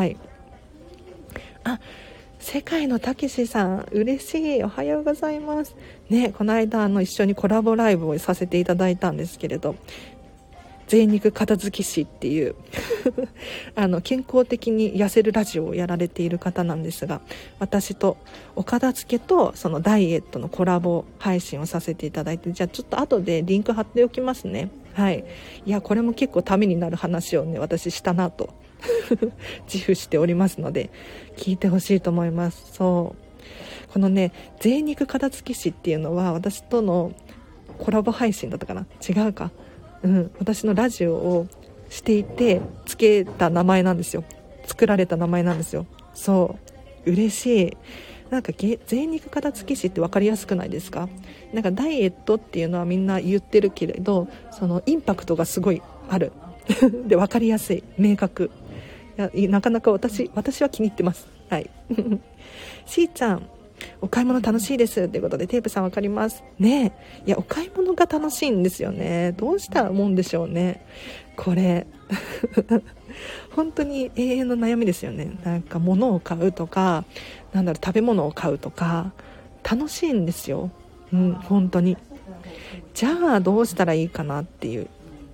世界のたけしさん、嬉しい、おはようございますね。この間一緒にコラボライブをさせていただいたんですけれど、贅肉片付き師っていう健康的に痩せるラジオをやられている方なんですが、私とお片付けとそのダイエットのコラボ配信をさせていただいて、じゃあちょっと後でリンク貼っておきますね。はい。いや、これも結構ためになる話をね、私したなと自負しておりますので、聞いてほしいと思います。このね、贅肉片付き師っていうのは私とのコラボ配信だったかな、違うか、私のラジオをしていてつけた名前なんですよ。作られた名前なんですよ。嬉しい。なんか贅肉片付き師って分かりやすくないですか？なんかダイエットっていうのはみんな言ってるけれど、そのインパクトがすごいあるで、分かりやすい、明確。いや、なかなか私は気に入ってます。はい。しーちゃん、お買い物楽しいですということで、テープさん分かりますね。いや、お買い物が楽しいんですよね。どうしたもんでしょうね、これ本当に永遠の悩みですよね。なんか物を買うとか、食べ物を買うとか楽しいんですよ。本当に。じゃあどうしたらいいかなっていう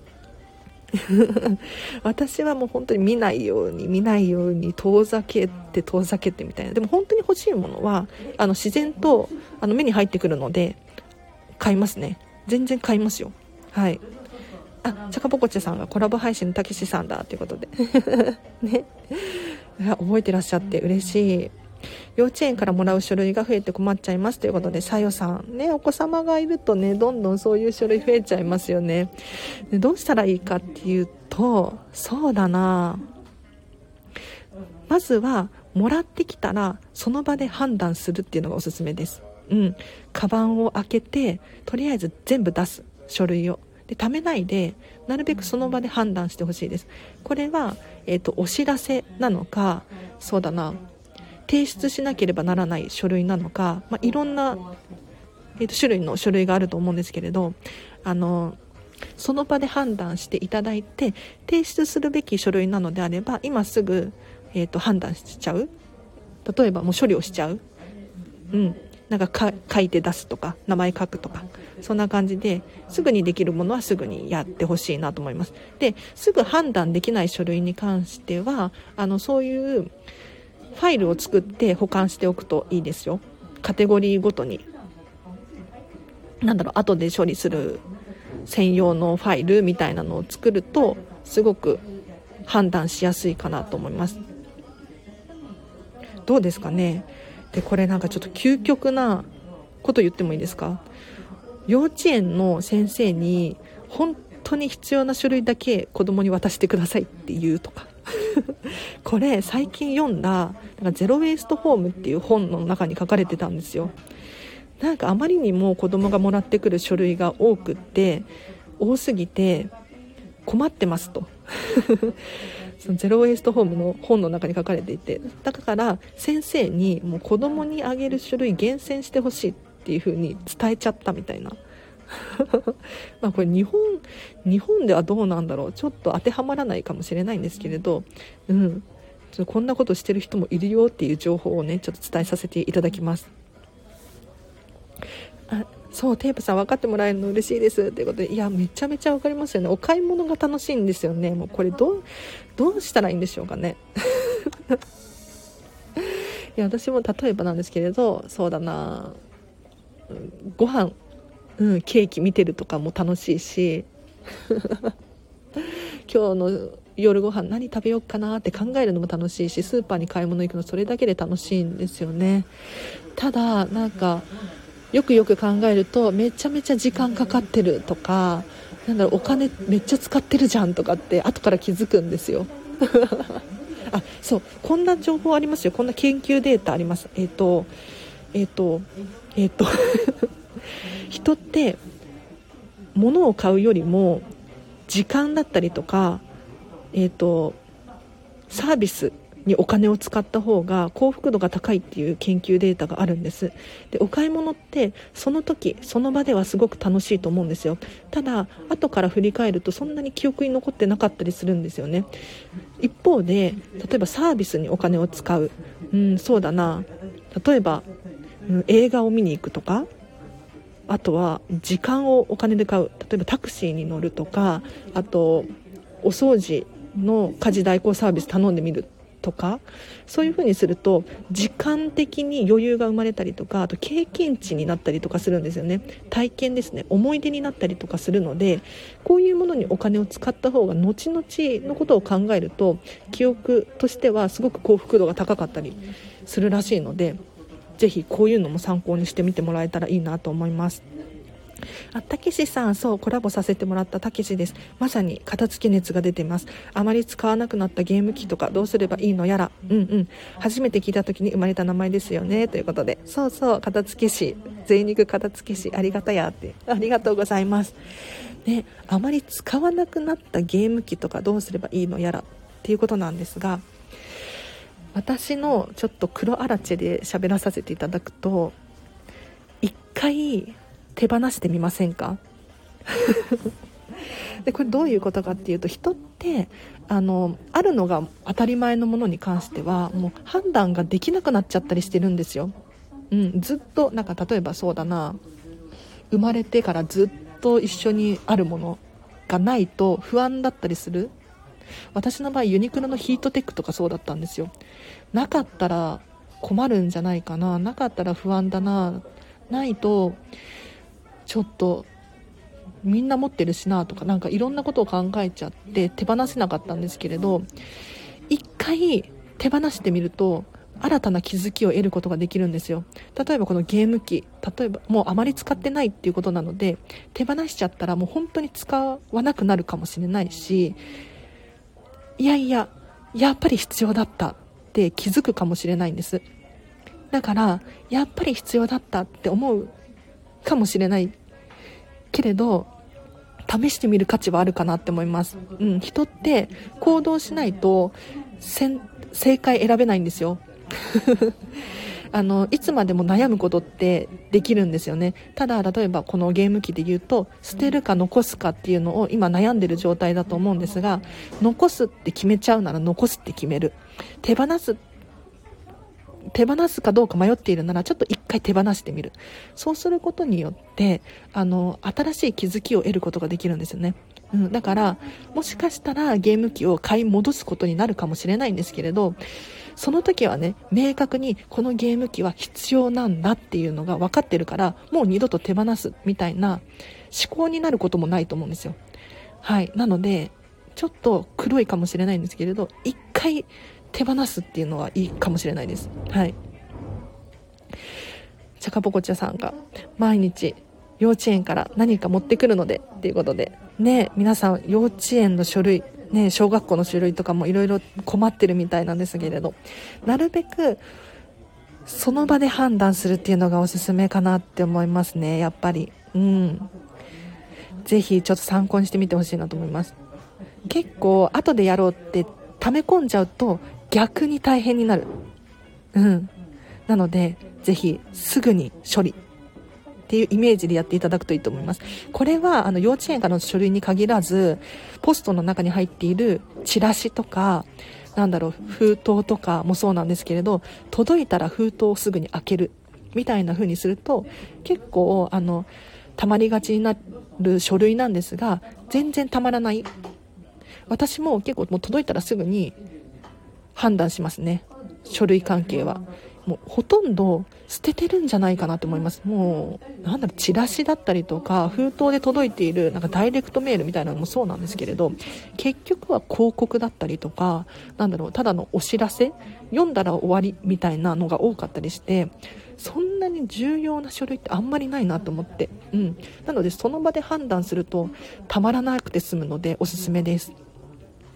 私はもう本当に見ないように遠ざけてみたいな。でも本当に欲しいものは自然と目に入ってくるので買いますね。全然買いますよ。はい。チャカポコチェさんがコラボ配信のたけしさんだということでね、覚えてらっしゃって嬉しい。幼稚園からもらう書類が増えて困っちゃいますということで、さよさんね、お子様がいるとね、どんどんそういう書類増えちゃいますよね。で、どうしたらいいかっていうと、そうだな、まずはもらってきたらその場で判断するっていうのがおすすめです。カバンを開けてとりあえず全部出す、書類をで貯めないで、なるべくその場で判断してほしいです。これは、お知らせなのか、そうだな、提出しなければならない書類なのか、いろんな、種類の書類があると思うんですけれど、その場で判断していただいて、提出するべき書類なのであれば今すぐ、判断しちゃう。例えばもう処理をしちゃう。なんか書いて出すとか、名前書くとか、そんな感じですぐにできるものはすぐにやってほしいなと思います。で、すぐ判断できない書類に関してはそういうファイルを作って保管しておくといいですよ。カテゴリーごとに後で処理する専用のファイルみたいなのを作るとすごく判断しやすいかなと思います。どうですかね。で、これなんかちょっと究極なこと言ってもいいですか？幼稚園の先生に本当に必要な書類だけ子供に渡してくださいって言うとかこれ最近読んだゼロ・ウェイスト・ホームっていう本の中に書かれてたんですよ。なんかあまりにも子供がもらってくる書類が多すぎて困ってますとそのゼロ・ウェイスト・ホームの本の中に書かれていて、だから先生にもう子供にあげる書類厳選してほしいっていう風に伝えちゃったみたいなこれ日本ではどうなんだろう、ちょっと当てはまらないかもしれないんですけれど、ちょっとこんなことしてる人もいるよっていう情報をね、ちょっと伝えさせていただきます。そう、テープさん分かってもらえるの嬉しいですということで、いや、めちゃめちゃ分かりますよね。お買い物が楽しいんですよね。もうこれどうしたらいいんでしょうかねいや、私も例えばなんですけれど、そうだな、ご飯、ケーキ見てるとかも楽しいし今日の夜ご飯何食べようかなって考えるのも楽しいし、スーパーに買い物行くのそれだけで楽しいんですよね。ただなんかよく考えるとめちゃめちゃ時間かかってるとか、お金めっちゃ使ってるじゃんとかって後から気づくんですよそう、こんな情報ありますよ。こんな研究データあります。人って物を買うよりも時間だったりとか、サービスにお金を使った方が幸福度が高いっていう研究データがあるんです。で、お買い物ってその時その場ではすごく楽しいと思うんですよ。ただ後から振り返るとそんなに記憶に残ってなかったりするんですよね。一方で例えばサービスにお金を使う、そうだな、例えば、映画を見に行くとか、あとは時間をお金で買う、例えばタクシーに乗るとか、あとお掃除の家事代行サービス頼んでみるとか、そういう風にすると時間的に余裕が生まれたりとか、あと経験値になったりとかするんですよね。体験ですね、思い出になったりとかするので、こういうものにお金を使った方が後々のことを考えると記憶としてはすごく幸福度が高かったりするらしいので、ぜひこういうのも参考にしてみてもらえたらいいなと思います。たけしさん、そう、コラボさせてもらったたけしです。まさに片付け熱が出てます。あまり使わなくなったゲーム機とかどうすればいいのやら、初めて聞いた時に生まれた名前ですよね、ということで、そうそう、片付け師、贅肉片付け師、ありがたやって、ありがとうございますね。あまり使わなくなったゲーム機とかどうすればいいのやらっていうことなんですが、私のちょっと黒あらちで喋らさせていただくと、一回手放してみませんか？で、これどういうことかっていうと、人ってあるのが当たり前のものに関してはもう判断ができなくなっちゃったりしてるんですよ。ずっとなんか、例えばそうだな、生まれてからずっと一緒にあるものがないと不安だったりする。私の場合ユニクロのヒートテックとかそうだったんですよ。なかったら困るんじゃないかな、なかったら不安だな、ないとちょっとみんな持ってるしなとか、なんかいろんなことを考えちゃって手放せなかったんですけれど、一回手放してみると新たな気づきを得ることができるんですよ。例えばこのゲーム機、例えばもうあまり使ってないっていうことなので、手放しちゃったらもう本当に使わなくなるかもしれないし、やっぱり必要だったって気づくかもしれないんです。だからやっぱり必要だったって思うかもしれないけれど、試してみる価値はあるかなって思います。人って行動しないと正解選べないんですよ。いつまでも悩むことってできるんですよね。ただ例えばこのゲーム機で言うと、捨てるか残すかっていうのを今悩んでる状態だと思うんですが、残すって決めちゃうなら残すって決める。手放すかどうか迷っているならちょっと一回手放してみる。そうすることによって新しい気づきを得ることができるんですよね。だからもしかしたらゲーム機を買い戻すことになるかもしれないんですけれど、その時はね、明確にこのゲーム機は必要なんだっていうのが分かってるから、もう二度と手放すみたいな思考になることもないと思うんですよ。はい。なのでちょっと黒いかもしれないんですけれど、一回手放すっていうのはいいかもしれないです。はい。チャカポコチャさんが毎日幼稚園から何か持ってくるのでっていうことでね、皆さん幼稚園の書類ね、小学校の書類とかもいろいろ困ってるみたいなんですけれど、なるべくその場で判断するっていうのがおすすめかなって思いますね。やっぱりぜひちょっと参考にしてみてほしいなと思います。結構後でやろうって溜め込んじゃうと逆に大変になる。なのでぜひすぐに処理っていうイメージでやっていただくといいと思います。これは幼稚園からの書類に限らず、ポストの中に入っているチラシとか、封筒とかもそうなんですけれど、届いたら封筒をすぐに開けるみたいな風にすると結構溜まりがちになる書類なんですが、全然溜まらない。私も結構もう届いたらすぐに判断しますね。書類関係はもうほとんど捨ててるんじゃないかなと思います。もうチラシだったりとか封筒で届いているダイレクトメールみたいなのもそうなんですけれど、結局は広告だったりとかただのお知らせ、読んだら終わりみたいなのが多かったりして、そんなに重要な書類ってあんまりないなと思って、なのでその場で判断するとたまらなくて済むのでおすすめです。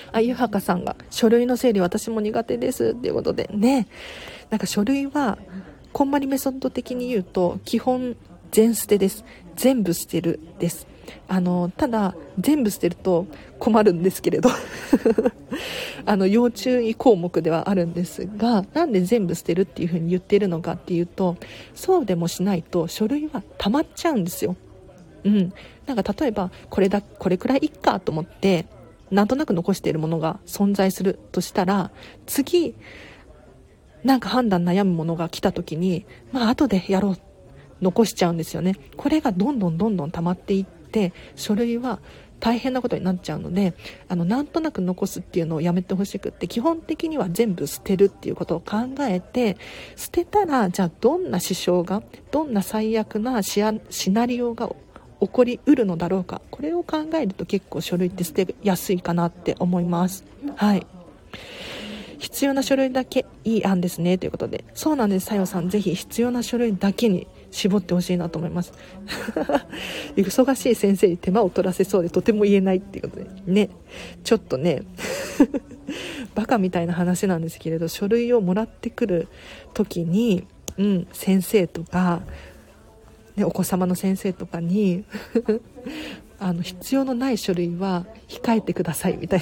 ゆはかさんが書類の整理私も苦手ですっていうことでね。なんか書類はこんまりメソッド的に言うと基本全捨てです。全部捨てるです。ただ全部捨てると困るんですけれど要注意項目ではあるんですが、なんで全部捨てるっていう風に言っているのかっていうと、そうでもしないと書類は溜まっちゃうんですよ。なんか例えばこれくらいいっかと思ってなんとなく残しているものが存在するとしたら、次なんか判断悩むものが来た時に、後でやろう、残しちゃうんですよね。これがどんどん溜まっていって書類は大変なことになっちゃうので、なんとなく残すっていうのをやめてほしくって、基本的には全部捨てるっていうことを考えて、捨てたらじゃあどんな支障が、どんな最悪なシナリオが起こりうるのだろうか、これを考えると結構書類って捨てやすいかなって思います。はい。必要な書類だけいい案ですねということで、そうなんです。さよさん、ぜひ必要な書類だけに絞ってほしいなと思います忙しい先生に手間を取らせそうでとても言えないっていうことでね、ちょっとねバカみたいな話なんですけれど、書類をもらってくる時に、先生とか、お子様の先生とかに必要のない書類は控えてくださいみたいな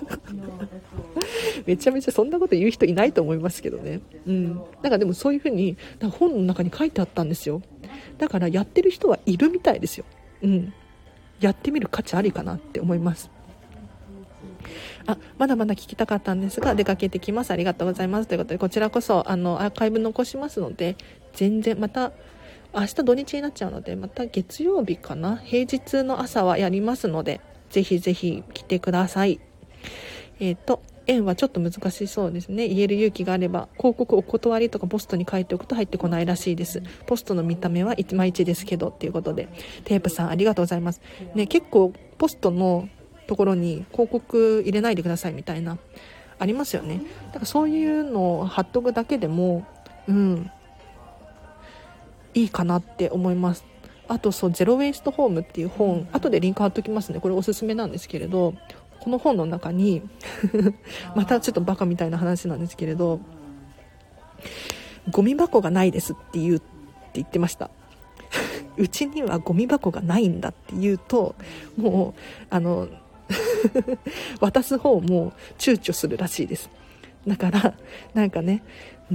めちゃめちゃそんなこと言う人いないと思いますけどね。なんかでもそういう風に本の中に書いてあったんですよ。だからやってる人はいるみたいですよ。やってみる価値ありかなって思います。まだまだ聞きたかったんですが出かけてきます。ありがとうございますということで、こちらこそアーカイブ残しますので、全然また明日土日になっちゃうので、また月曜日かな、平日の朝はやりますので、ぜひぜひ来てください。円はちょっと難しそうですね。言える勇気があれば、広告お断りとかポストに書いておくと入ってこないらしいです。ポストの見た目はいまいちですけどっていうことで、テープさんありがとうございますね。結構ポストのところに広告入れないでくださいみたいなありますよね。だからそういうのを貼っとくだけでもいいかなって思います。あとゼロウェイストホームっていう本、後でリンク貼っときますね。これおすすめなんですけれど、この本の中にまたちょっとバカみたいな話なんですけれど、ゴミ箱がないですって言ってましたうちにはゴミ箱がないんだって言うと、もう渡す方も躊躇するらしいです。だからなんかね、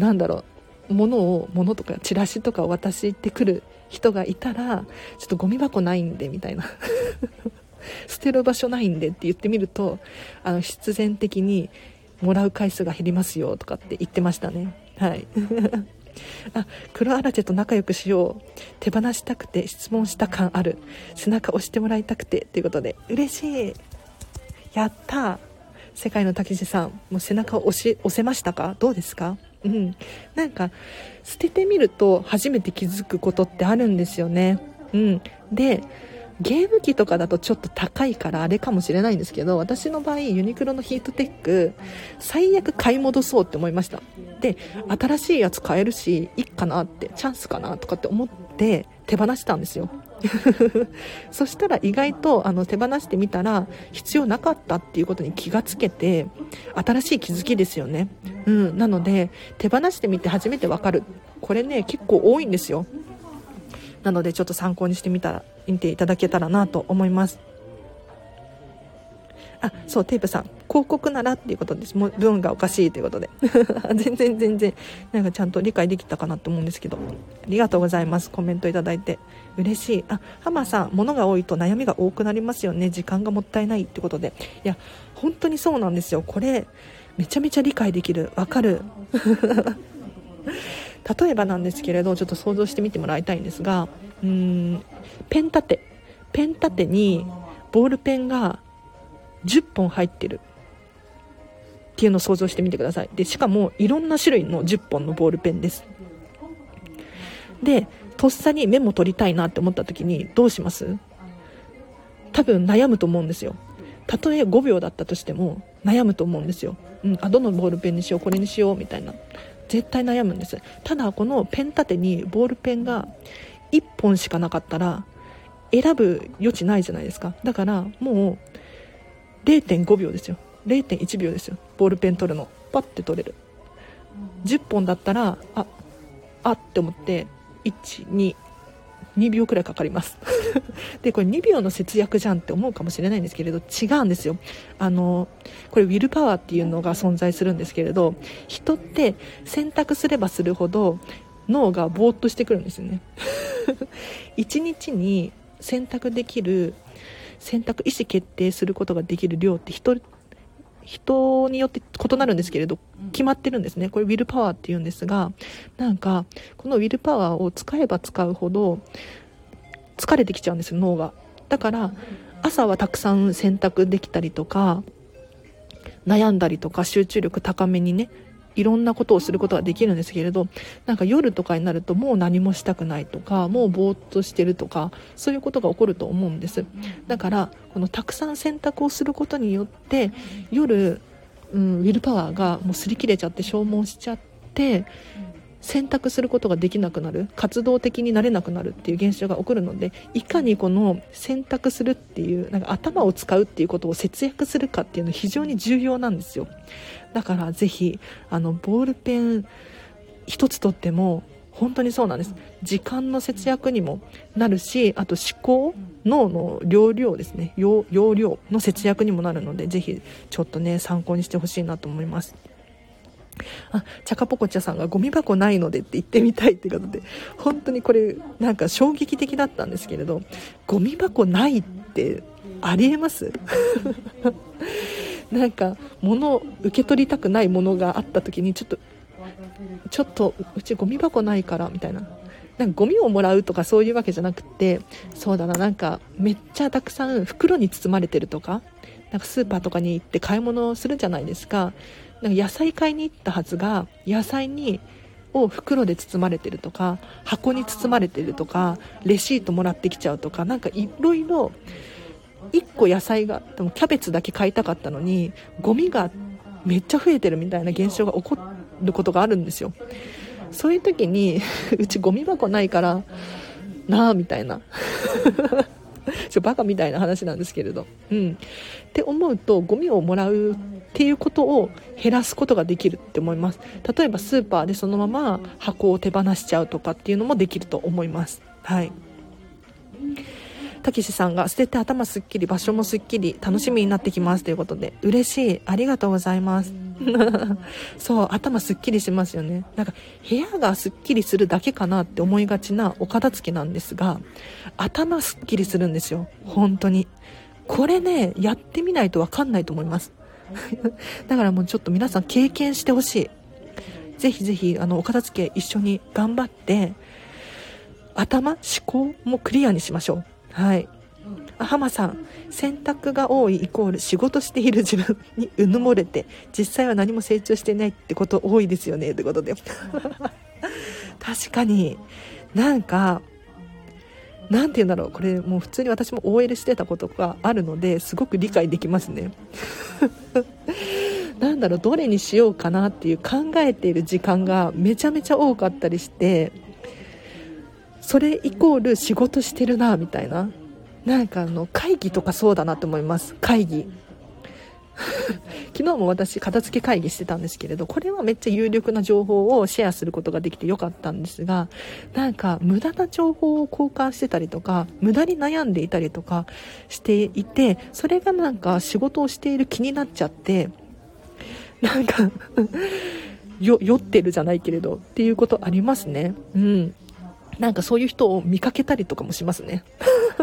物とかチラシとかを渡してくる人がいたら、ちょっとゴミ箱ないんでみたいな捨てる場所ないんでって言ってみると、必然的にもらう回数が減りますよとかって言ってましたね。はい黒アラチェと仲良くしよう、手放したくて質問した感ある、背中押してもらいたくてということで、嬉しい、やった。世界のたけしさんもう背中を押せましたか？どうですか？なんか捨ててみると初めて気づくことってあるんですよね。でゲーム機とかだとちょっと高いからあれかもしれないんですけど、私の場合ユニクロのヒートテック最悪買い戻そうって思いました。で新しいやつ買えるしいいかなって、チャンスかなとかって思って手放したんですよそしたら意外と手放してみたら必要なかったっていうことに気がつけて、新しい気づきですよね。なので手放してみて初めてわかる、これね結構多いんですよ。なのでちょっと参考にしてみていただけたらなと思います。そう、テープさん広告ならっていうことです。もう文がおかしいということで全然なんかちゃんと理解できたかなと思うんですけど、ありがとうございます。コメントいただいて嬉しい。ハマさん、物が多いと悩みが多くなりますよね、時間がもったいないってことで、いや本当にそうなんですよ。これめちゃめちゃ理解できる、わかる例えばなんですけれど、ちょっと想像してみてもらいたいんですが、ペン立てにボールペンが10本入ってるっていうのを想像してみてください。でしかもいろんな種類の10本のボールペンです。でとっさにメモ取りたいなって思った時にどうします？多分悩むと思うんですよ。たとえ5秒だったとしても悩むと思うんですよ。どのボールペンにしよう、これにしようみたいな、絶対悩むんです。ただこのペン立てにボールペンが1本しかなかったら選ぶ余地ないじゃないですか。だからもう 0.5 秒ですよ。 0.1 秒ですよ。ボールペン取るのパッて取れる。10本だったらあって思って2秒くらいかかりますでこれ2秒の節約じゃんって思うかもしれないんですけれど、違うんですよ。これウィルパワーっていうのが存在するんですけれど、人って選択すればするほど脳がぼーっとしてくるんですよね1日に選択できる、意思決定することができる量って人によって異なるんですけれど決まってるんですね。これウィルパワーっていうんですが、なんかこのウィルパワーを使えば使うほど疲れてきちゃうんですよ、脳が。だから朝はたくさん選択できたりとか、悩んだりとか集中力高めにね、いろんなことをすることができるんですけれど、なんか夜とかになるともう何もしたくないとか、もうぼーっとしてるとか、そういうことが起こると思うんです。だからこのたくさん選択をすることによって夜、ウィルパワーがもう擦り切れちゃって消耗しちゃって、選択することができなくなる、活動的になれなくなるっていう現象が起こるので、いかにこの選択するっていう、なんか頭を使うっていうことを節約するかっていうのは非常に重要なんですよ。だからぜひボールペン一つとっても本当にそうなんです。時間の節約にもなるし、あと脳の容量ですね、容量の節約にもなるので、ぜひちょっとね参考にしてほしいなと思います。チャカポコチャさんがゴミ箱ないのでって言ってみたいってことで、本当にこれなんか衝撃的だったんですけれど、ゴミ箱ないってありえますなんか受け取りたくないものがあった時にちょっとうちゴミ箱ないからみたいな、なんかゴミをもらうとかそういうわけじゃなくて、そうだな、なんかめっちゃたくさん袋に包まれてるとか、なんかスーパーとかに行って買い物をするじゃないですか。なんか野菜買いに行ったはずが野菜を袋で包まれてるとか、箱に包まれてるとか、レシートもらってきちゃうとか、なんかいろいろ1個野菜がでもキャベツだけ買いたかったのにゴミがめっちゃ増えてるみたいな現象が起こることがあるんですよ。そういう時にうちゴミ箱ないからなあみたいなバカみたいな話なんですけれど、って思うとゴミをもらうっていうことを減らすことができるって思います。例えばスーパーでそのまま箱を手放しちゃうとかっていうのもできると思います。はい。たけしさんが捨てて頭すっきり、場所もすっきり、楽しみになってきますということで、嬉しい、ありがとうございますそう、頭すっきりしますよね。なんか部屋がすっきりするだけかなって思いがちなお片付けなんですが、頭すっきりするんですよ、本当に。これね、やってみないと分かんないと思いますだからもうちょっと皆さん経験してほしい。ぜひぜひお片付け一緒に頑張って、思考もクリアにしましょう。はい。浜さん、選択が多いイコール仕事している自分にうぬもれて、実際は何も成長してないってこと多いですよねってことで確かに、なんかなんて言うんだろう、これもう普通に私も OL してたことがあるのですごく理解できますねなんだろう、どれにしようかなっていう考えている時間がめちゃめちゃ多かったりして、それイコール仕事してるなみたいな、なんか会議とかそうだなと思います。会議昨日も私片付け会議してたんですけれど、これはめっちゃ有力な情報をシェアすることができてよかったんですが、なんか無駄な情報を交換してたりとか、無駄に悩んでいたりとかしていて、それがなんか仕事をしている気になっちゃって、なんか酔ってるじゃないけれどっていうことありますね。なんかそういう人を見かけたりとかもしますね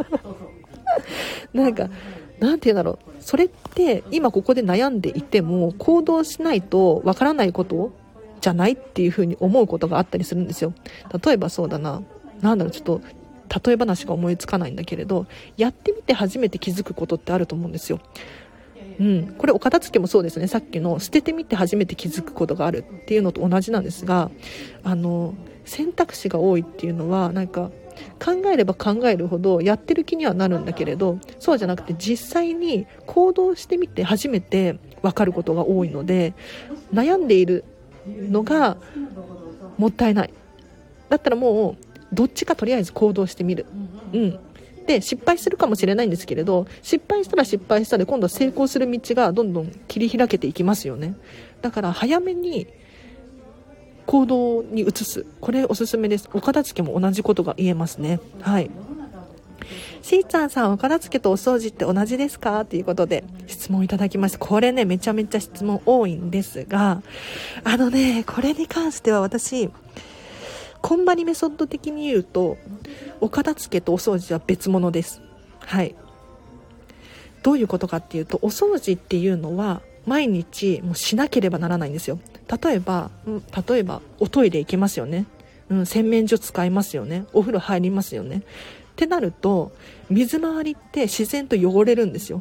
なんかなんていうんだろう、それって今ここで悩んでいても行動しないとわからないことじゃないっていう風に思うことがあったりするんですよ。例えばそうだな、なんだろう、ちょっと例え話が思いつかないんだけれど、やってみて初めて気づくことってあると思うんですよ。これお片付けもそうですね。さっきの捨ててみて初めて気づくことがあるっていうのと同じなんですが、選択肢が多いっていうのはなんか考えれば考えるほどやってる気にはなるんだけれど、そうじゃなくて実際に行動してみて初めて分かることが多いので、悩んでいるのがもったいない。だったらもうどっちかとりあえず行動してみる。 で失敗するかもしれないんですけれど、失敗したら失敗したで今度は成功する道がどんどん切り開けていきますよね。だから早めに行動に移す、これおすすめです。お片付けも同じことが言えますね。はい。しーちゃんさん、お片付けとお掃除って同じですかということで質問いただきました。これね、めちゃめちゃ質問多いんですが、これに関しては私、こんまりメソッド的に言うと、お片付けとお掃除は別物です。はい。どういうことかっていうと、お掃除っていうのは毎日もうしなければならないんですよ。例えばおトイレ行けますよね。洗面所使いますよね。お風呂入りますよね。ってなると、水回りって自然と汚れるんですよ。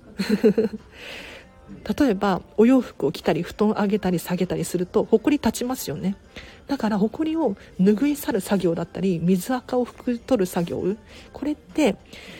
例えばお洋服を着たり布団を上げたり下げたりするとほこり立ちますよね。だからほこりを拭い去る作業だったり水垢を拭き取る作業、これって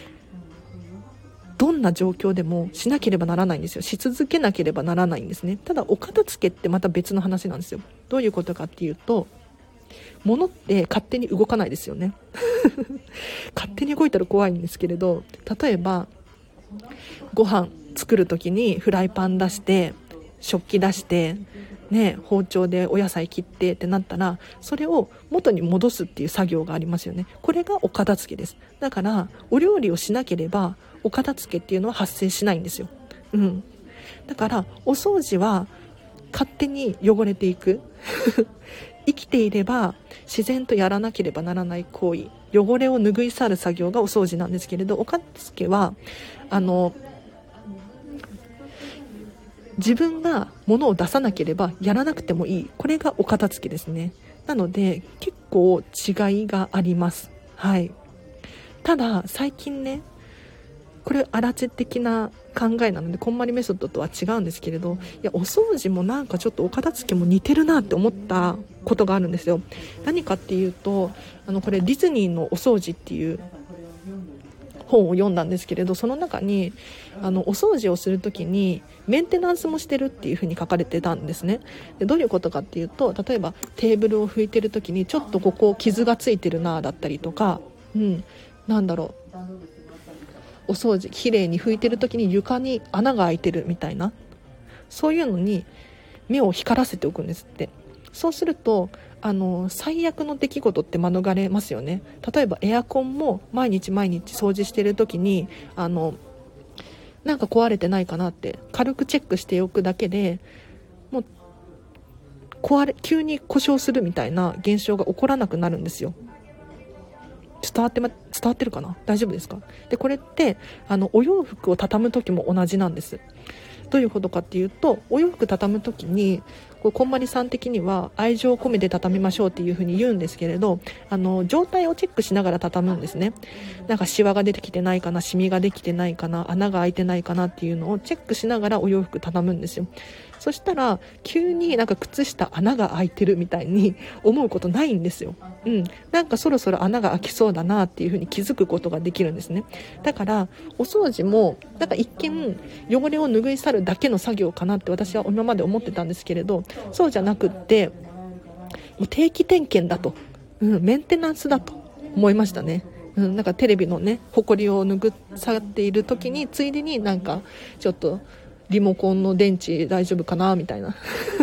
どんな状況でもしなければならないんですよ。し続けなければならないんですね。ただお片付けってまた別の話なんですよ。どういうことかっていうと、物って勝手に動かないですよね。勝手に動いたら怖いんですけれど、例えばご飯作る時にフライパン出して食器出してね、包丁でお野菜切ってってなったら、それを元に戻すっていう作業がありますよね。これがお片付けです。だからお料理をしなければお片付けっていうのは発生しないんですよ。だからお掃除は勝手に汚れていく生きていれば自然とやらなければならない行為、汚れを拭い去る作業がお掃除なんですけれど、お片付けは自分が物を出さなければやらなくてもいい、これがお片付けですね。なので結構違いがあります。はい。ただ最近ね、これアラチェ的な考えなのでこんまりメソッドとは違うんですけれど、いやお掃除もなんかちょっとお片付けも似てるなって思ったことがあるんですよ。何かっていうと、これディズニーのお掃除っていう本を読んだんですけれど、その中にお掃除をするときにメンテナンスもしてるっていう風に書かれてたんですね。でどういうことかっていうと、例えばテーブルを拭いてるときにちょっとここ傷がついてるなだったりとか、なんだろう、お掃除きれいに拭いてるときに床に穴が開いてるみたいな、そういうのに目を光らせておくんですって。そうすると最悪の出来事って免れますよね。例えばエアコンも毎日掃除してる時になんか壊れてないかなって軽くチェックしておくだけで、もう急に故障するみたいな現象が起こらなくなるんですよ。伝わってるかな、大丈夫ですか。でこれってお洋服を畳む時も同じなんです。どういうことかっていうと、お洋服畳む時にこんまりさん的には愛情を込めて畳みましょうっていう風に言うんですけれど、状態をチェックしながら畳むんですね。なんかシワが出てきてないかな、シミができてないかな、穴が開いてないかなっていうのをチェックしながらお洋服畳むんですよ。そしたら急になんか靴下穴が開いてるみたいに思うことないんですよ。なんかそろそろ穴が開きそうだなっていう風に気づくことができるんですね。だからお掃除もなんか一見汚れを拭い去るだけの作業かなって私は今まで思ってたんですけれど、そうじゃなくってもう定期点検だと、メンテナンスだと思いましたね。なんかテレビのねホコリを拭い去っている時についでになんかちょっとリモコンの電池大丈夫かなみたいな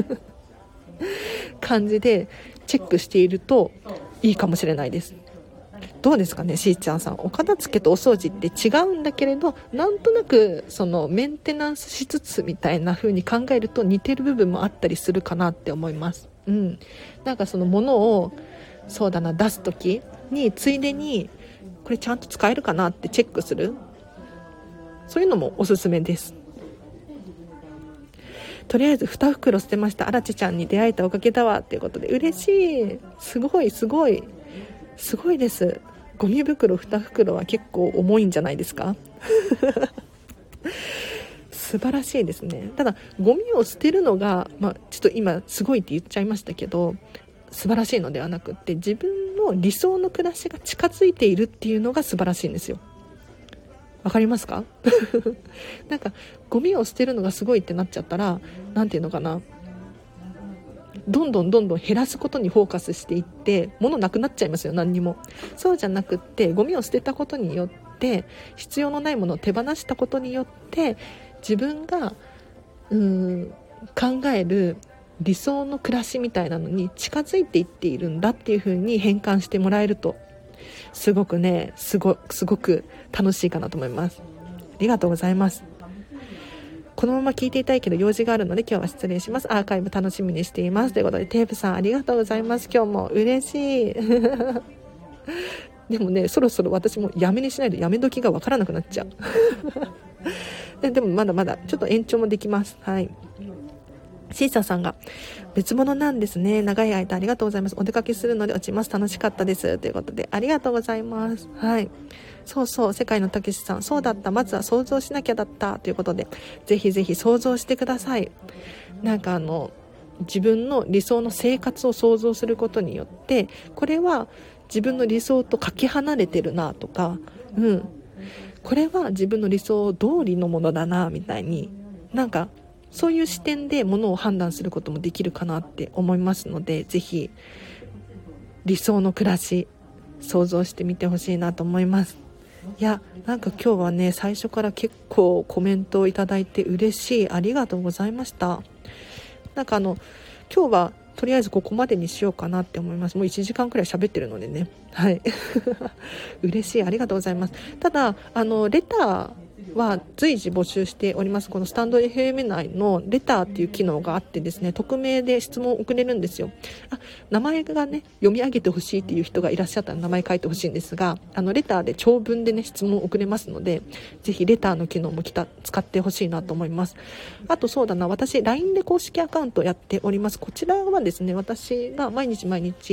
感じでチェックしているといいかもしれないです。どうですかね、しーちゃんさん。お片付けとお掃除って違うんだけれど、なんとなくそのメンテナンスしつつみたいな風に考えると似てる部分もあったりするかなって思います。なんかその物をそうだな出す時についでにこれちゃんと使えるかなってチェックする、そういうのもおすすめです。とりあえず2袋捨てました、あらちちゃんに出会えたおかげだわっていうことで嬉しい。すごいです。ゴミ袋2袋は結構重いんじゃないですか素晴らしいですね。ただゴミを捨てるのが、ちょっと今すごいって言っちゃいましたけど、素晴らしいのではなくって、自分の理想の暮らしが近づいているっていうのが素晴らしいんですよ。わかりますかなんかゴミを捨てるのがすごいってなっちゃったら、なんていうのかな、どんどん減らすことにフォーカスしていって物なくなっちゃいますよ。何にも。そうじゃなくってゴミを捨てたことによっって必要のないものを手放したことによって自分が考える理想の暮らしみたいなのに近づいていっているんだっていう風に変換してもらえるとすごく楽しいかなと思います。ありがとうございます。このまま聞いていたいけど用事があるので今日は失礼します。アーカイブ楽しみにしていますということで、テープさんありがとうございます。今日も嬉しいでもね、そろそろ私もやめにしないとやめ時がわからなくなっちゃうでもまだまだちょっと延長もできます。はい。シーサーさんが別物なんですね。長い間ありがとうございます。お出かけするので落ちます。楽しかったですということでありがとうございます。はい。そうそう、世界のたけしさん、そうだった、まずは想像しなきゃだったということで、ぜひぜひ想像してください。なんか自分の理想の生活を想像することによって、これは自分の理想とかけ離れてるなとか、これは自分の理想通りのものだなみたいに、なんかそういう視点でものを判断することもできるかなって思いますので、ぜひ理想の暮らし想像してみてほしいなと思います。いや、なんか今日はね、最初から結構コメントをいただいて嬉しい、ありがとうございました。なんか今日はとりあえずここまでにしようかなって思います。もう1時間くらい喋ってるのでね、はい嬉しい、ありがとうございます。ただレターは随時募集しております。このスタンド FM 内のレターっていう機能があってですね、匿名で質問を送れるんですよ。名前がね読み上げてほしいっていう人がいらっしゃったら名前書いてほしいんですが、レターで長文でね質問を送れますので、ぜひレターの機能も使ってほしいなと思います。あとそうだな、私 LINE で公式アカウントやっております。こちらはですね、私が毎日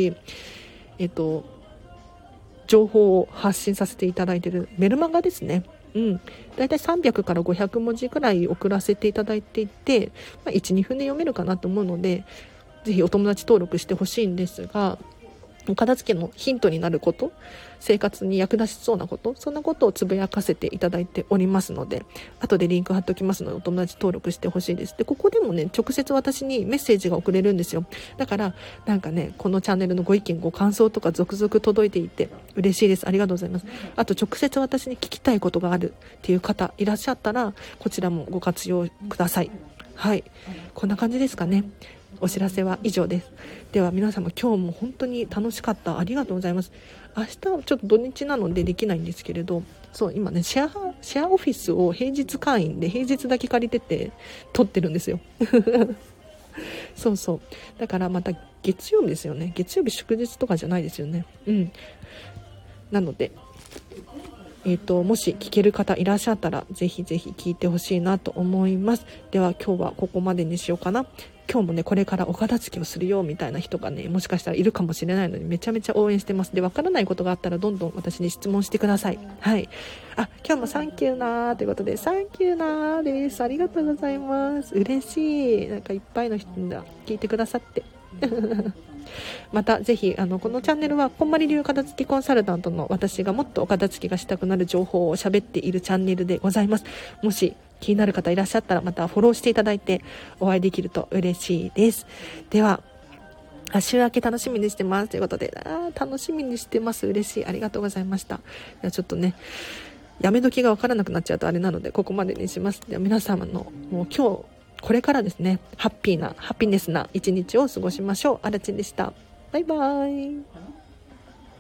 情報を発信させていただいているメルマガですね。だいたい300から500文字くらい送らせていただいていて、1、2分で読めるかなと思うので、ぜひお友達登録してほしいんですが、お片付けのヒントになること、生活に役立ちそうなこと、そんなことをつぶやかせていただいておりますので、後でリンク貼っておきますのでお友達登録してほしいです。で、ここでもね、直接私にメッセージが送れるんですよ。だからなんかね、このチャンネルのご意見ご感想とか続々届いていて嬉しいです。ありがとうございます。あと直接私に聞きたいことがあるっていう方いらっしゃったら、こちらもご活用ください。はい、こんな感じですかね。お知らせは以上です。では皆様、今日も本当に楽しかった。ありがとうございます。明日はちょっと土日なのでできないんですけれど、そう今ねシェアオフィスを平日会員で平日だけ借りてて撮ってるんですよそうそう、だからまた月曜日ですよね。月曜日祝日とかじゃないですよね。なのでもし聞ける方いらっしゃったらぜひぜひ聞いてほしいなと思います。では今日はここまでにしようかな。今日もねこれからお片付けをするよみたいな人がねもしかしたらいるかもしれないので、めちゃめちゃ応援してます。で、わからないことがあったらどんどん私に質問してください。はい。今日もサンキューなーということで、サンキューなーです。ありがとうございます。嬉しい。なんかいっぱいの人が聞いてくださってまたぜひこのチャンネルはこんまり流片付きコンサルタントの私がもっとお片付けがしたくなる情報を喋っているチャンネルでございます。もし気になる方いらっしゃったらまたフォローしていただいてお会いできると嬉しいです。では週明け楽しみにしてますということで、楽しみにしてます。嬉しい。ありがとうございました。ちょっとねやめ時がわからなくなっちゃうとあれなのでここまでにします。では皆様のもう今日これからですね、ハッピネスな一日を過ごしましょう。あらちでした。バイバイ。